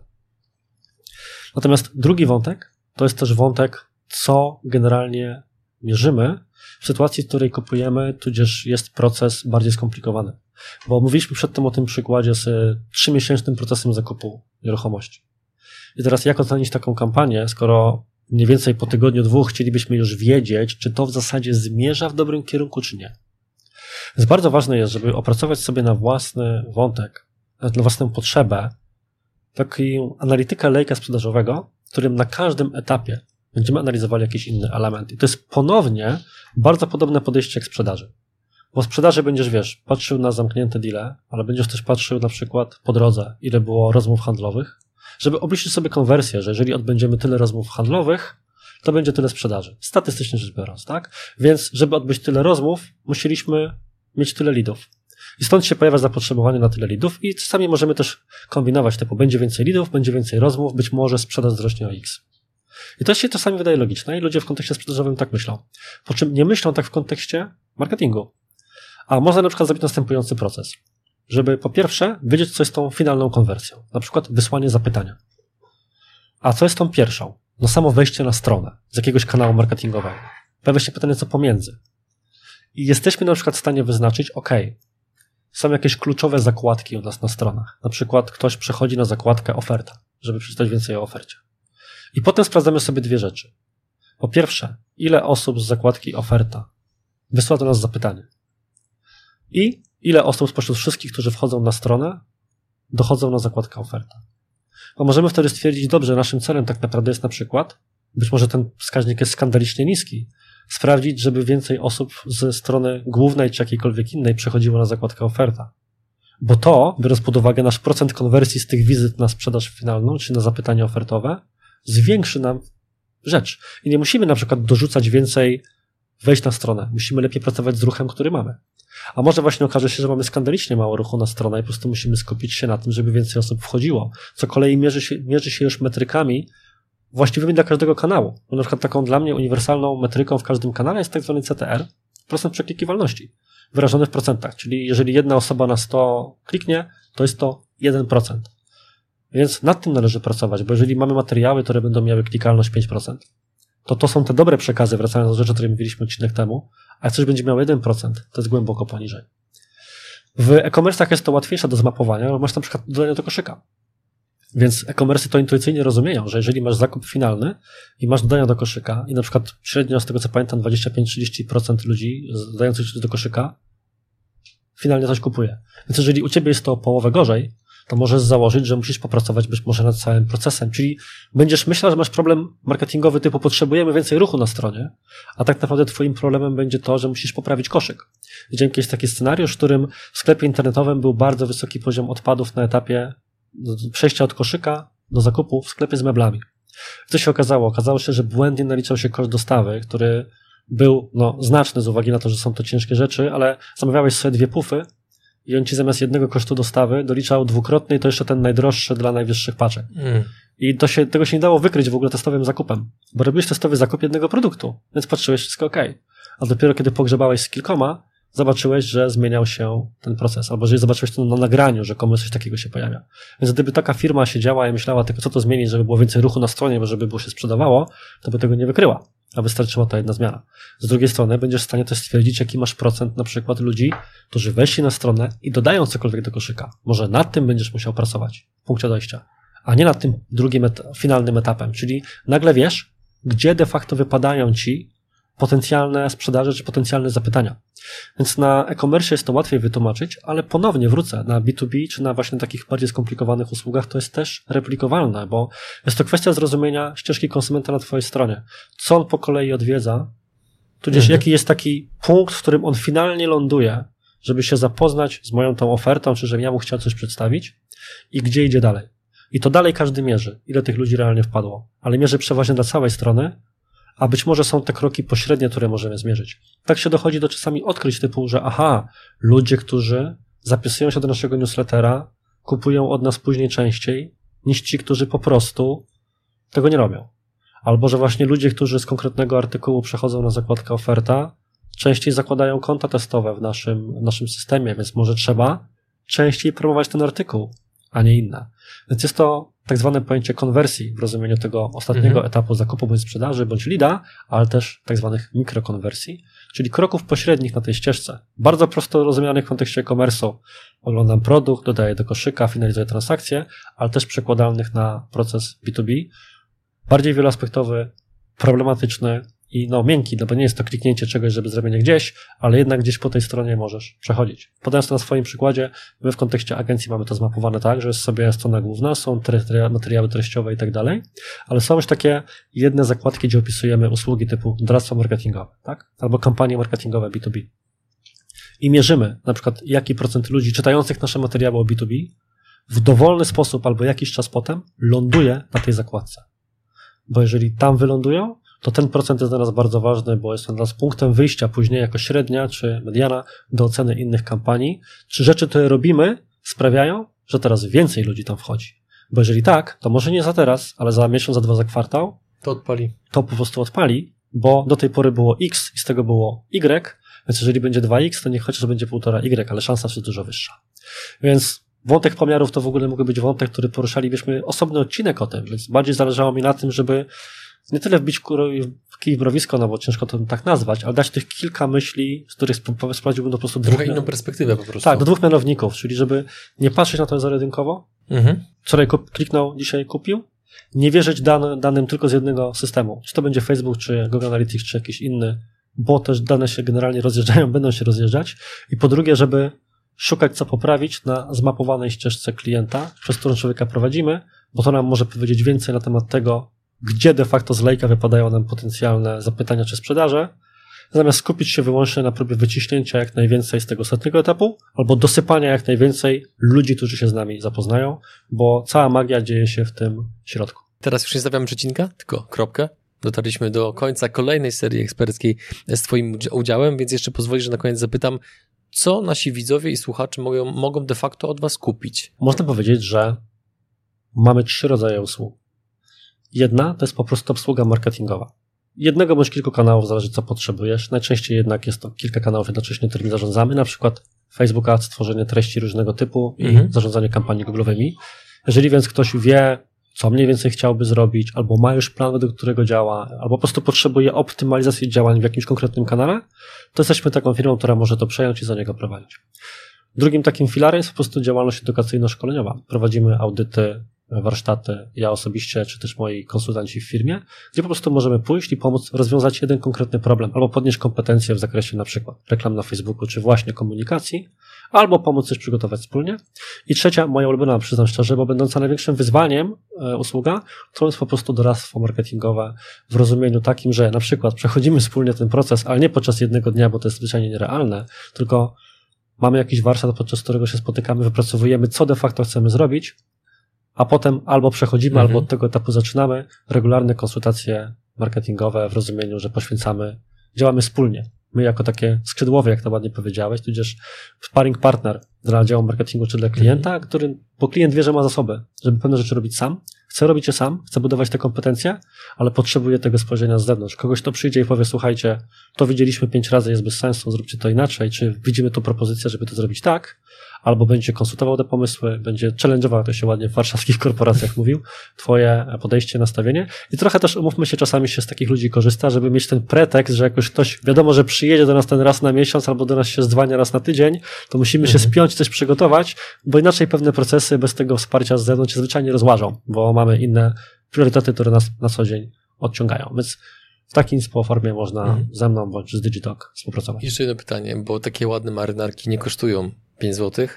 Natomiast drugi wątek, to jest też wątek, co generalnie mierzymy w sytuacji, w której kupujemy, tudzież jest proces bardziej skomplikowany. Bo mówiliśmy przedtem o tym przykładzie z trzymiesięcznym procesem zakupu nieruchomości. I teraz jak ocenić taką kampanię, skoro mniej więcej po tygodniu, dwóch chcielibyśmy już wiedzieć, czy to w zasadzie zmierza w dobrym kierunku, czy nie. Więc bardzo ważne jest, żeby opracować sobie na własny wątek, na własną potrzebę, taką analitykę lejka sprzedażowego, w którym na każdym etapie będziemy analizowali jakiś inny element. I to jest ponownie bardzo podobne podejście jak sprzedaży. Bo w sprzedaży będziesz, wiesz, patrzył na zamknięte deale, ale będziesz też patrzył na przykład po drodze, ile było rozmów handlowych, żeby obliczyć sobie konwersję, że jeżeli odbędziemy tyle rozmów handlowych, to będzie tyle sprzedaży. Statystycznie rzecz biorąc, tak? Więc, żeby odbyć tyle rozmów, musieliśmy mieć tyle lidów. I stąd się pojawia zapotrzebowanie na tyle lidów i czasami możemy też kombinować, typu będzie więcej lidów, będzie więcej rozmów, być może sprzedaż wzrośnie o X. I to się czasami wydaje logiczne i ludzie w kontekście sprzedażowym tak myślą. Po czym nie myślą tak w kontekście marketingu. A można na przykład zrobić następujący proces. Żeby po pierwsze wiedzieć, co jest tą finalną konwersją. Na przykład wysłanie zapytania. A co jest tą pierwszą? No samo wejście na stronę z jakiegoś kanału marketingowego. Pojawia się pytanie, co pomiędzy. I jesteśmy na przykład w stanie wyznaczyć, ok, są jakieś kluczowe zakładki u nas na stronach. Na przykład ktoś przechodzi na zakładkę oferta, żeby przeczytać więcej o ofercie. I potem sprawdzamy sobie dwie rzeczy. Po pierwsze, ile osób z zakładki oferta wysłała do nas zapytanie. I ile osób spośród wszystkich, którzy wchodzą na stronę, dochodzą na zakładkę oferta. Bo możemy wtedy stwierdzić, dobrze, naszym celem tak naprawdę jest na przykład, być może ten wskaźnik jest skandalicznie niski, sprawdzić, żeby więcej osób ze strony głównej czy jakiejkolwiek innej przechodziło na zakładkę oferta. Bo to, biorąc pod uwagę nasz procent konwersji z tych wizyt na sprzedaż finalną, czy na zapytanie ofertowe, zwiększy nam rzecz. I nie musimy na przykład dorzucać więcej, wejść na stronę. Musimy lepiej pracować z ruchem, który mamy. A może właśnie okaże się, że mamy skandalicznie mało ruchu na stronę i po prostu musimy skupić się na tym, żeby więcej osób wchodziło. Co kolei mierzy się, mierzy się już metrykami właściwymi dla każdego kanału. Bo na przykład taką dla mnie uniwersalną metryką w każdym kanale jest tak zwany C T R, procent przeklikiwalności, wyrażony w procentach. Czyli jeżeli jedna osoba na sto kliknie, to jest to jeden procent. Więc nad tym należy pracować, bo jeżeli mamy materiały, które będą miały klikalność pięć procent, to to są te dobre przekazy, wracając do rzeczy, o której mówiliśmy odcinek temu, a jak coś będzie miało jeden procent, to jest głęboko poniżej. W e-commerce'ach jest to łatwiejsze do zmapowania, bo masz na przykład dodanie do koszyka. Więc e-commerce to intuicyjnie rozumieją, że jeżeli masz zakup finalny i masz dodania do koszyka i na przykład średnio, z tego co pamiętam, dwadzieścia pięć do trzydziestu procent ludzi dodających coś do koszyka finalnie coś kupuje. Więc jeżeli u ciebie jest to o połowę gorzej, to możesz założyć, że musisz popracować być może nad całym procesem. Czyli będziesz myślał, że masz problem marketingowy typu potrzebujemy więcej ruchu na stronie, a tak naprawdę twoim problemem będzie to, że musisz poprawić koszyk. Widziałem kiedyś taki scenariusz, w którym w sklepie internetowym był bardzo wysoki poziom odpadów na etapie przejścia od koszyka do zakupu w sklepie z meblami. Co się okazało? Okazało się, że błędnie naliczał się koszt dostawy, który był no, znaczny z uwagi na to, że są to ciężkie rzeczy, ale zamawiałeś sobie dwie pufy i on ci zamiast jednego kosztu dostawy doliczał dwukrotny i to jeszcze ten najdroższy dla najwyższych paczek. Mm. I to się, tego się nie dało wykryć w ogóle testowym zakupem, bo robiłeś testowy zakup jednego produktu, więc patrzyłeś, wszystko ok. A dopiero kiedy pogrzebałeś z kilkoma, zobaczyłeś, że zmieniał się ten proces, albo jeżeli zobaczyłeś to na nagraniu, że komuś coś takiego się pojawia. Więc gdyby taka firma siedziała i myślała tylko, co to zmienić, żeby było więcej ruchu na stronie, bo żeby było się sprzedawało, to by tego nie wykryła, a wystarczyła ta jedna zmiana. Z drugiej strony będziesz w stanie też stwierdzić, jaki masz procent na przykład ludzi, którzy weszli na stronę i dodają cokolwiek do koszyka. Może nad tym będziesz musiał pracować w punkcie dojścia, a nie nad tym drugim, et- finalnym etapem, czyli nagle wiesz, gdzie de facto wypadają ci potencjalne sprzedaże czy potencjalne zapytania. Więc na e-commerce jest to łatwiej wytłumaczyć, ale ponownie wrócę na B dwa B czy na właśnie takich bardziej skomplikowanych usługach, to jest też replikowalne, bo jest to kwestia zrozumienia ścieżki konsumenta na twojej stronie. Co on po kolei odwiedza, tudzież mhm. jaki jest taki punkt, w którym on finalnie ląduje, żeby się zapoznać z moją tą ofertą, czy żebym ja mu chciał coś przedstawić i gdzie idzie dalej. I to dalej każdy mierzy, ile tych ludzi realnie wpadło, ale mierzy przeważnie dla całej strony, a być może są te kroki pośrednie, które możemy zmierzyć. Tak się dochodzi do czasami odkryć typu, że aha, ludzie, którzy zapisują się do naszego newslettera, kupują od nas później częściej niż ci, którzy po prostu tego nie robią. Albo, że właśnie ludzie, którzy z konkretnego artykułu przechodzą na zakładkę oferta, częściej zakładają konta testowe w naszym, w naszym systemie, więc może trzeba częściej promować ten artykuł, a nie inne. Więc jest to tak zwane pojęcie konwersji w rozumieniu tego ostatniego mhm. etapu zakupu bądź sprzedaży bądź leada, ale też tak zwanych mikrokonwersji, czyli kroków pośrednich na tej ścieżce. Bardzo prosto rozumianych w kontekście e-commerce'u. Oglądam produkt, dodaję do koszyka, finalizuję transakcję, ale też przekładalnych na proces B dwa B. Bardziej wieloaspektowy, problematyczny i no miękki, no bo nie jest to kliknięcie czegoś, żeby zrobienie gdzieś, ale jednak gdzieś po tej stronie możesz przechodzić. Podając to na swoim przykładzie, my w kontekście agencji mamy to zmapowane tak, że jest sobie strona główna, są tre- materiały treściowe i tak dalej, ale są już takie jedne zakładki, gdzie opisujemy usługi typu doradztwo marketingowe, tak? Albo kampanie marketingowe B dwa B. I mierzymy na przykład, jaki procent ludzi czytających nasze materiały o B dwa B w dowolny sposób albo jakiś czas potem ląduje na tej zakładce. Bo jeżeli tam wylądują, to ten procent jest dla nas bardzo ważny, bo jest to dla nas punktem wyjścia później jako średnia czy mediana do oceny innych kampanii. Czy rzeczy, które robimy, sprawiają, że teraz więcej ludzi tam wchodzi. Bo jeżeli tak, to może nie za teraz, ale za miesiąc, za dwa, za kwartał, to odpali. To po prostu odpali, bo do tej pory było X i z tego było Y, więc jeżeli będzie dwa X, to niech chociaż będzie półtora Y, ale szansa jest dużo wyższa. Więc wątek pomiarów to w ogóle mógł być wątek, który poruszalibyśmy osobny odcinek o tym, więc bardziej zależało mi na tym, żeby nie tyle wbić w kij w mrowisko, no bo ciężko to tak nazwać, ale dać tych kilka myśli, z których sprawdziłbym po prostu trochę dwóch, inną perspektywę po prostu. Tak, do dwóch mianowników, czyli żeby nie patrzeć na to zero-jedynkowo, mhm. wczoraj kliknął, dzisiaj kupił, nie wierzyć dan, danym tylko z jednego systemu. Czy to będzie Facebook, czy Google Analytics, czy jakiś inny, bo też dane się generalnie rozjeżdżają, będą się rozjeżdżać. I po drugie, żeby szukać, co poprawić na zmapowanej ścieżce klienta, przez którą człowieka prowadzimy, bo to nam może powiedzieć więcej na temat tego, gdzie de facto z lejka wypadają nam potencjalne zapytania czy sprzedaże, zamiast skupić się wyłącznie na próbie wyciśnięcia jak najwięcej z tego ostatniego etapu, albo dosypania jak najwięcej ludzi, którzy się z nami zapoznają, bo cała magia dzieje się w tym środku. Teraz już nie stawiamy przecinka, tylko kropkę. Dotarliśmy do końca kolejnej serii eksperckiej z twoim udziałem, więc jeszcze pozwolisz, że na koniec zapytam, co nasi widzowie i słuchacze mogą, mogą de facto od was kupić? Można powiedzieć, że mamy trzy rodzaje usług. Jedna to jest po prostu obsługa marketingowa. Jednego bądź kilku kanałów, zależy co potrzebujesz. Najczęściej jednak jest to kilka kanałów jednocześnie, którymi zarządzamy, na przykład Facebook Ads, tworzenie treści różnego typu i mhm. zarządzanie kampanii google'owymi. Jeżeli więc ktoś wie, co mniej więcej chciałby zrobić, albo ma już plan, według którego działa, albo po prostu potrzebuje optymalizacji działań w jakimś konkretnym kanale, to jesteśmy taką firmą, która może to przejąć i za niego prowadzić. Drugim takim filarem jest po prostu działalność edukacyjno-szkoleniowa. Prowadzimy audyty, warsztaty, ja osobiście, czy też moi konsultanci w firmie, gdzie po prostu możemy pójść i pomóc rozwiązać jeden konkretny problem, albo podnieść kompetencje w zakresie na przykład reklam na Facebooku, czy właśnie komunikacji, albo pomóc coś przygotować wspólnie. I trzecia, moja ulubiona, przyznam szczerze, bo będąca największym wyzwaniem e, usługa, to jest po prostu doradztwo marketingowe w rozumieniu takim, że na przykład przechodzimy wspólnie ten proces, ale nie podczas jednego dnia, bo to jest zwyczajnie nierealne, tylko mamy jakiś warsztat, podczas którego się spotykamy, wypracowujemy, co de facto chcemy zrobić, a potem albo przechodzimy, mhm. albo od tego etapu zaczynamy regularne konsultacje marketingowe w rozumieniu, że poświęcamy, działamy wspólnie. My jako takie skrzydłowe, jak to ładnie powiedziałeś, tudzież sparring partner dla działu marketingu czy dla klienta, mhm. który, bo klient wie, że ma zasoby, żeby pewne rzeczy robić sam, chce robić je sam, chce budować te kompetencje, ale potrzebuje tego spojrzenia z zewnątrz. Kogoś, kto przyjdzie i powie, słuchajcie, to widzieliśmy pięć razy, jest bez sensu, zróbcie to inaczej, czy widzimy tu propozycję, żeby to zrobić tak, albo będzie konsultował te pomysły, będzie challenge'ował, to się ładnie w warszawskich korporacjach mówił, twoje podejście, nastawienie. I trochę też, umówmy się, czasami się z takich ludzi korzysta, żeby mieć ten pretekst, że jakoś ktoś, wiadomo, że przyjedzie do nas ten raz na miesiąc, albo do nas się zdwania raz na tydzień, to musimy mhm. się spiąć, coś przygotować, bo inaczej pewne procesy bez tego wsparcia z zewnątrz się zwyczajnie rozłażą, bo mamy inne priorytety, które nas na co dzień odciągają. Więc w takiej formie można mhm. ze mną bądź z Digitalk współpracować. Jeszcze jedno pytanie, bo takie ładne marynarki nie kosztują pięć złotych,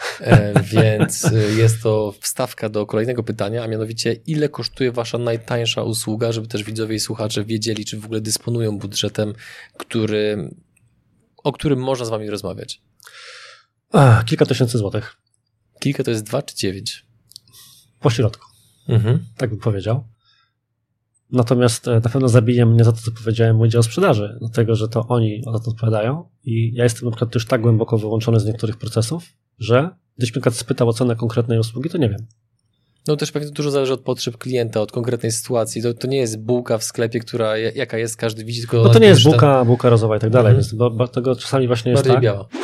e, więc jest to wstawka do kolejnego pytania, a mianowicie ile kosztuje wasza najtańsza usługa, żeby też widzowie i słuchacze wiedzieli, czy w ogóle dysponują budżetem, który, o którym można z wami rozmawiać? Ach, kilka tysięcy złotych. Kilka to jest dwa czy dziewięć? Po środku. Mhm. Tak bym powiedział. Natomiast na pewno zabije mnie za to, co powiedziałem mój dział sprzedaży, dlatego, że to oni za to odpowiadają i ja jestem na przykład już tak głęboko wyłączony z niektórych procesów, że gdyś mnie spytał o cenę konkretnej usługi, to nie wiem. No też pewnie dużo zależy od potrzeb klienta, od konkretnej sytuacji. To, to nie jest bułka w sklepie, która jaka jest, każdy widzi, tylko... No to nie jest bułka, ten... bułka rozowa i tak dalej, mhm. więc bo, bo tego czasami właśnie jest bardziej tak. biała.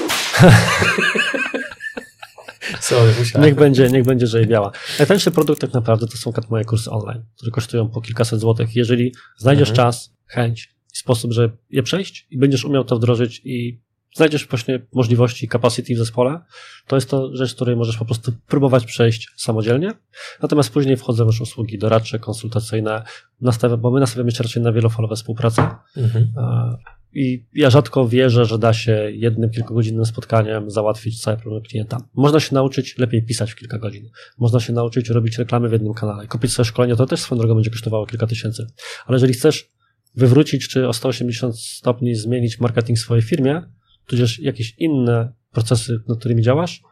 Sorry, niech będzie, niech będzie, że i biała. Najtańszy produkt tak naprawdę to są moje kursy online, które kosztują po kilkaset złotych. Jeżeli znajdziesz mhm. czas, chęć i sposób, żeby je przejść i będziesz umiał to wdrożyć i znajdziesz właśnie możliwości, capacity w zespole, to jest to rzecz, której możesz po prostu próbować przejść samodzielnie. Natomiast później wchodzą już usługi doradcze, konsultacyjne, nastawiam, bo my nastawiamy się raczej na wielofalowe współpracę. Mhm. I ja rzadko wierzę, że da się jednym, kilkugodzinnym spotkaniem załatwić cały problem klienta. Można się nauczyć lepiej pisać w kilka godzin. Można się nauczyć robić reklamy w jednym kanale. Kupić sobie szkolenie, to też swoją drogą będzie kosztowało kilka tysięcy. Ale jeżeli chcesz wywrócić, czy o sto osiemdziesiąt stopni zmienić marketing w swojej firmie, tudzież jakieś inne procesy, nad którymi działasz,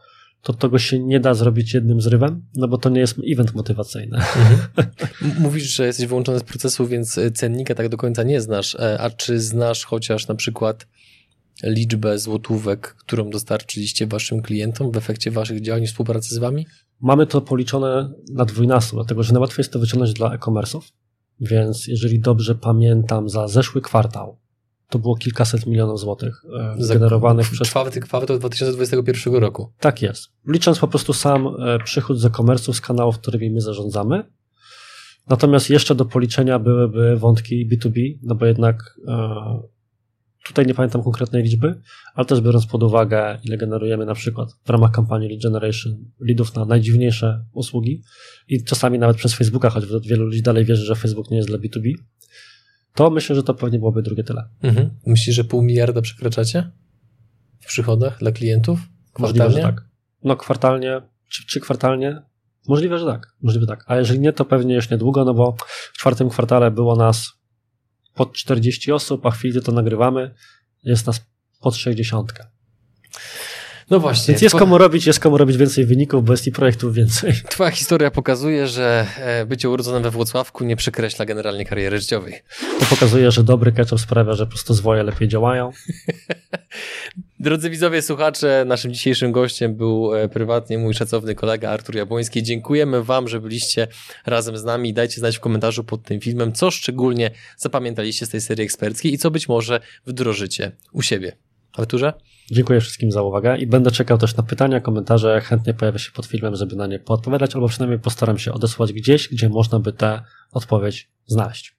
to tego się nie da zrobić jednym zrywem, no bo to nie jest event motywacyjny. Mhm. Mówisz, że jesteś wyłączony z procesu, więc cennika tak do końca nie znasz, a czy znasz chociaż na przykład liczbę złotówek, którą dostarczyliście waszym klientom w efekcie waszych działań i współpracy z wami? Mamy to policzone na dwójnasób, dlatego że najłatwiej jest to wyciągnąć dla e-commerce'ów, więc jeżeli dobrze pamiętam, za zeszły kwartał to było kilkaset milionów złotych zgenerowanych przez... Czwarty kwartał dwa tysiące dwudziestego pierwszego roku. Tak jest. Licząc po prostu sam przychód z e-commerce'ów, z kanałów, którymi my zarządzamy. Natomiast jeszcze do policzenia byłyby wątki B dwa B, no bo jednak e, tutaj nie pamiętam konkretnej liczby, ale też biorąc pod uwagę, ile generujemy na przykład w ramach kampanii lead generation leadów na najdziwniejsze usługi i czasami nawet przez Facebooka, choć wielu ludzi dalej wierzy, że Facebook nie jest dla B dwa B, to myślę, że to pewnie byłoby drugie tyle. Mhm. Myślisz, że pół miliarda przekraczacie w przychodach dla klientów? Kwartalnie? Możliwe, że tak. No kwartalnie, czy, czy kwartalnie? Możliwe, że tak. Możliwe tak. A jeżeli nie, to pewnie już niedługo, no bo w czwartym kwartale było nas pod czterdzieści osób, a w chwili, gdy to nagrywamy, jest nas pod sześćdziesiąt. No właśnie. Więc jest komu robić, jest komu robić więcej wyników, bo jest i projektów więcej. Twoja historia pokazuje, że bycie urodzonym we Włocławku nie przekreśla generalnie kariery życiowej. To pokazuje, że dobry ketchup sprawia, że po prostu zwoje lepiej działają. Drodzy widzowie, słuchacze, naszym dzisiejszym gościem był prywatnie mój szacowny kolega Artur Jabłoński. Dziękujemy wam, że byliście razem z nami. Dajcie znać w komentarzu pod tym filmem, co szczególnie zapamiętaliście z tej serii eksperckiej i co być może wdrożycie u siebie. Arturze? Dziękuję wszystkim za uwagę i będę czekał też na pytania, komentarze. Chętnie pojawię się pod filmem, żeby na nie poodpowiadać, albo przynajmniej postaram się odesłać gdzieś, gdzie można by tę odpowiedź znaleźć.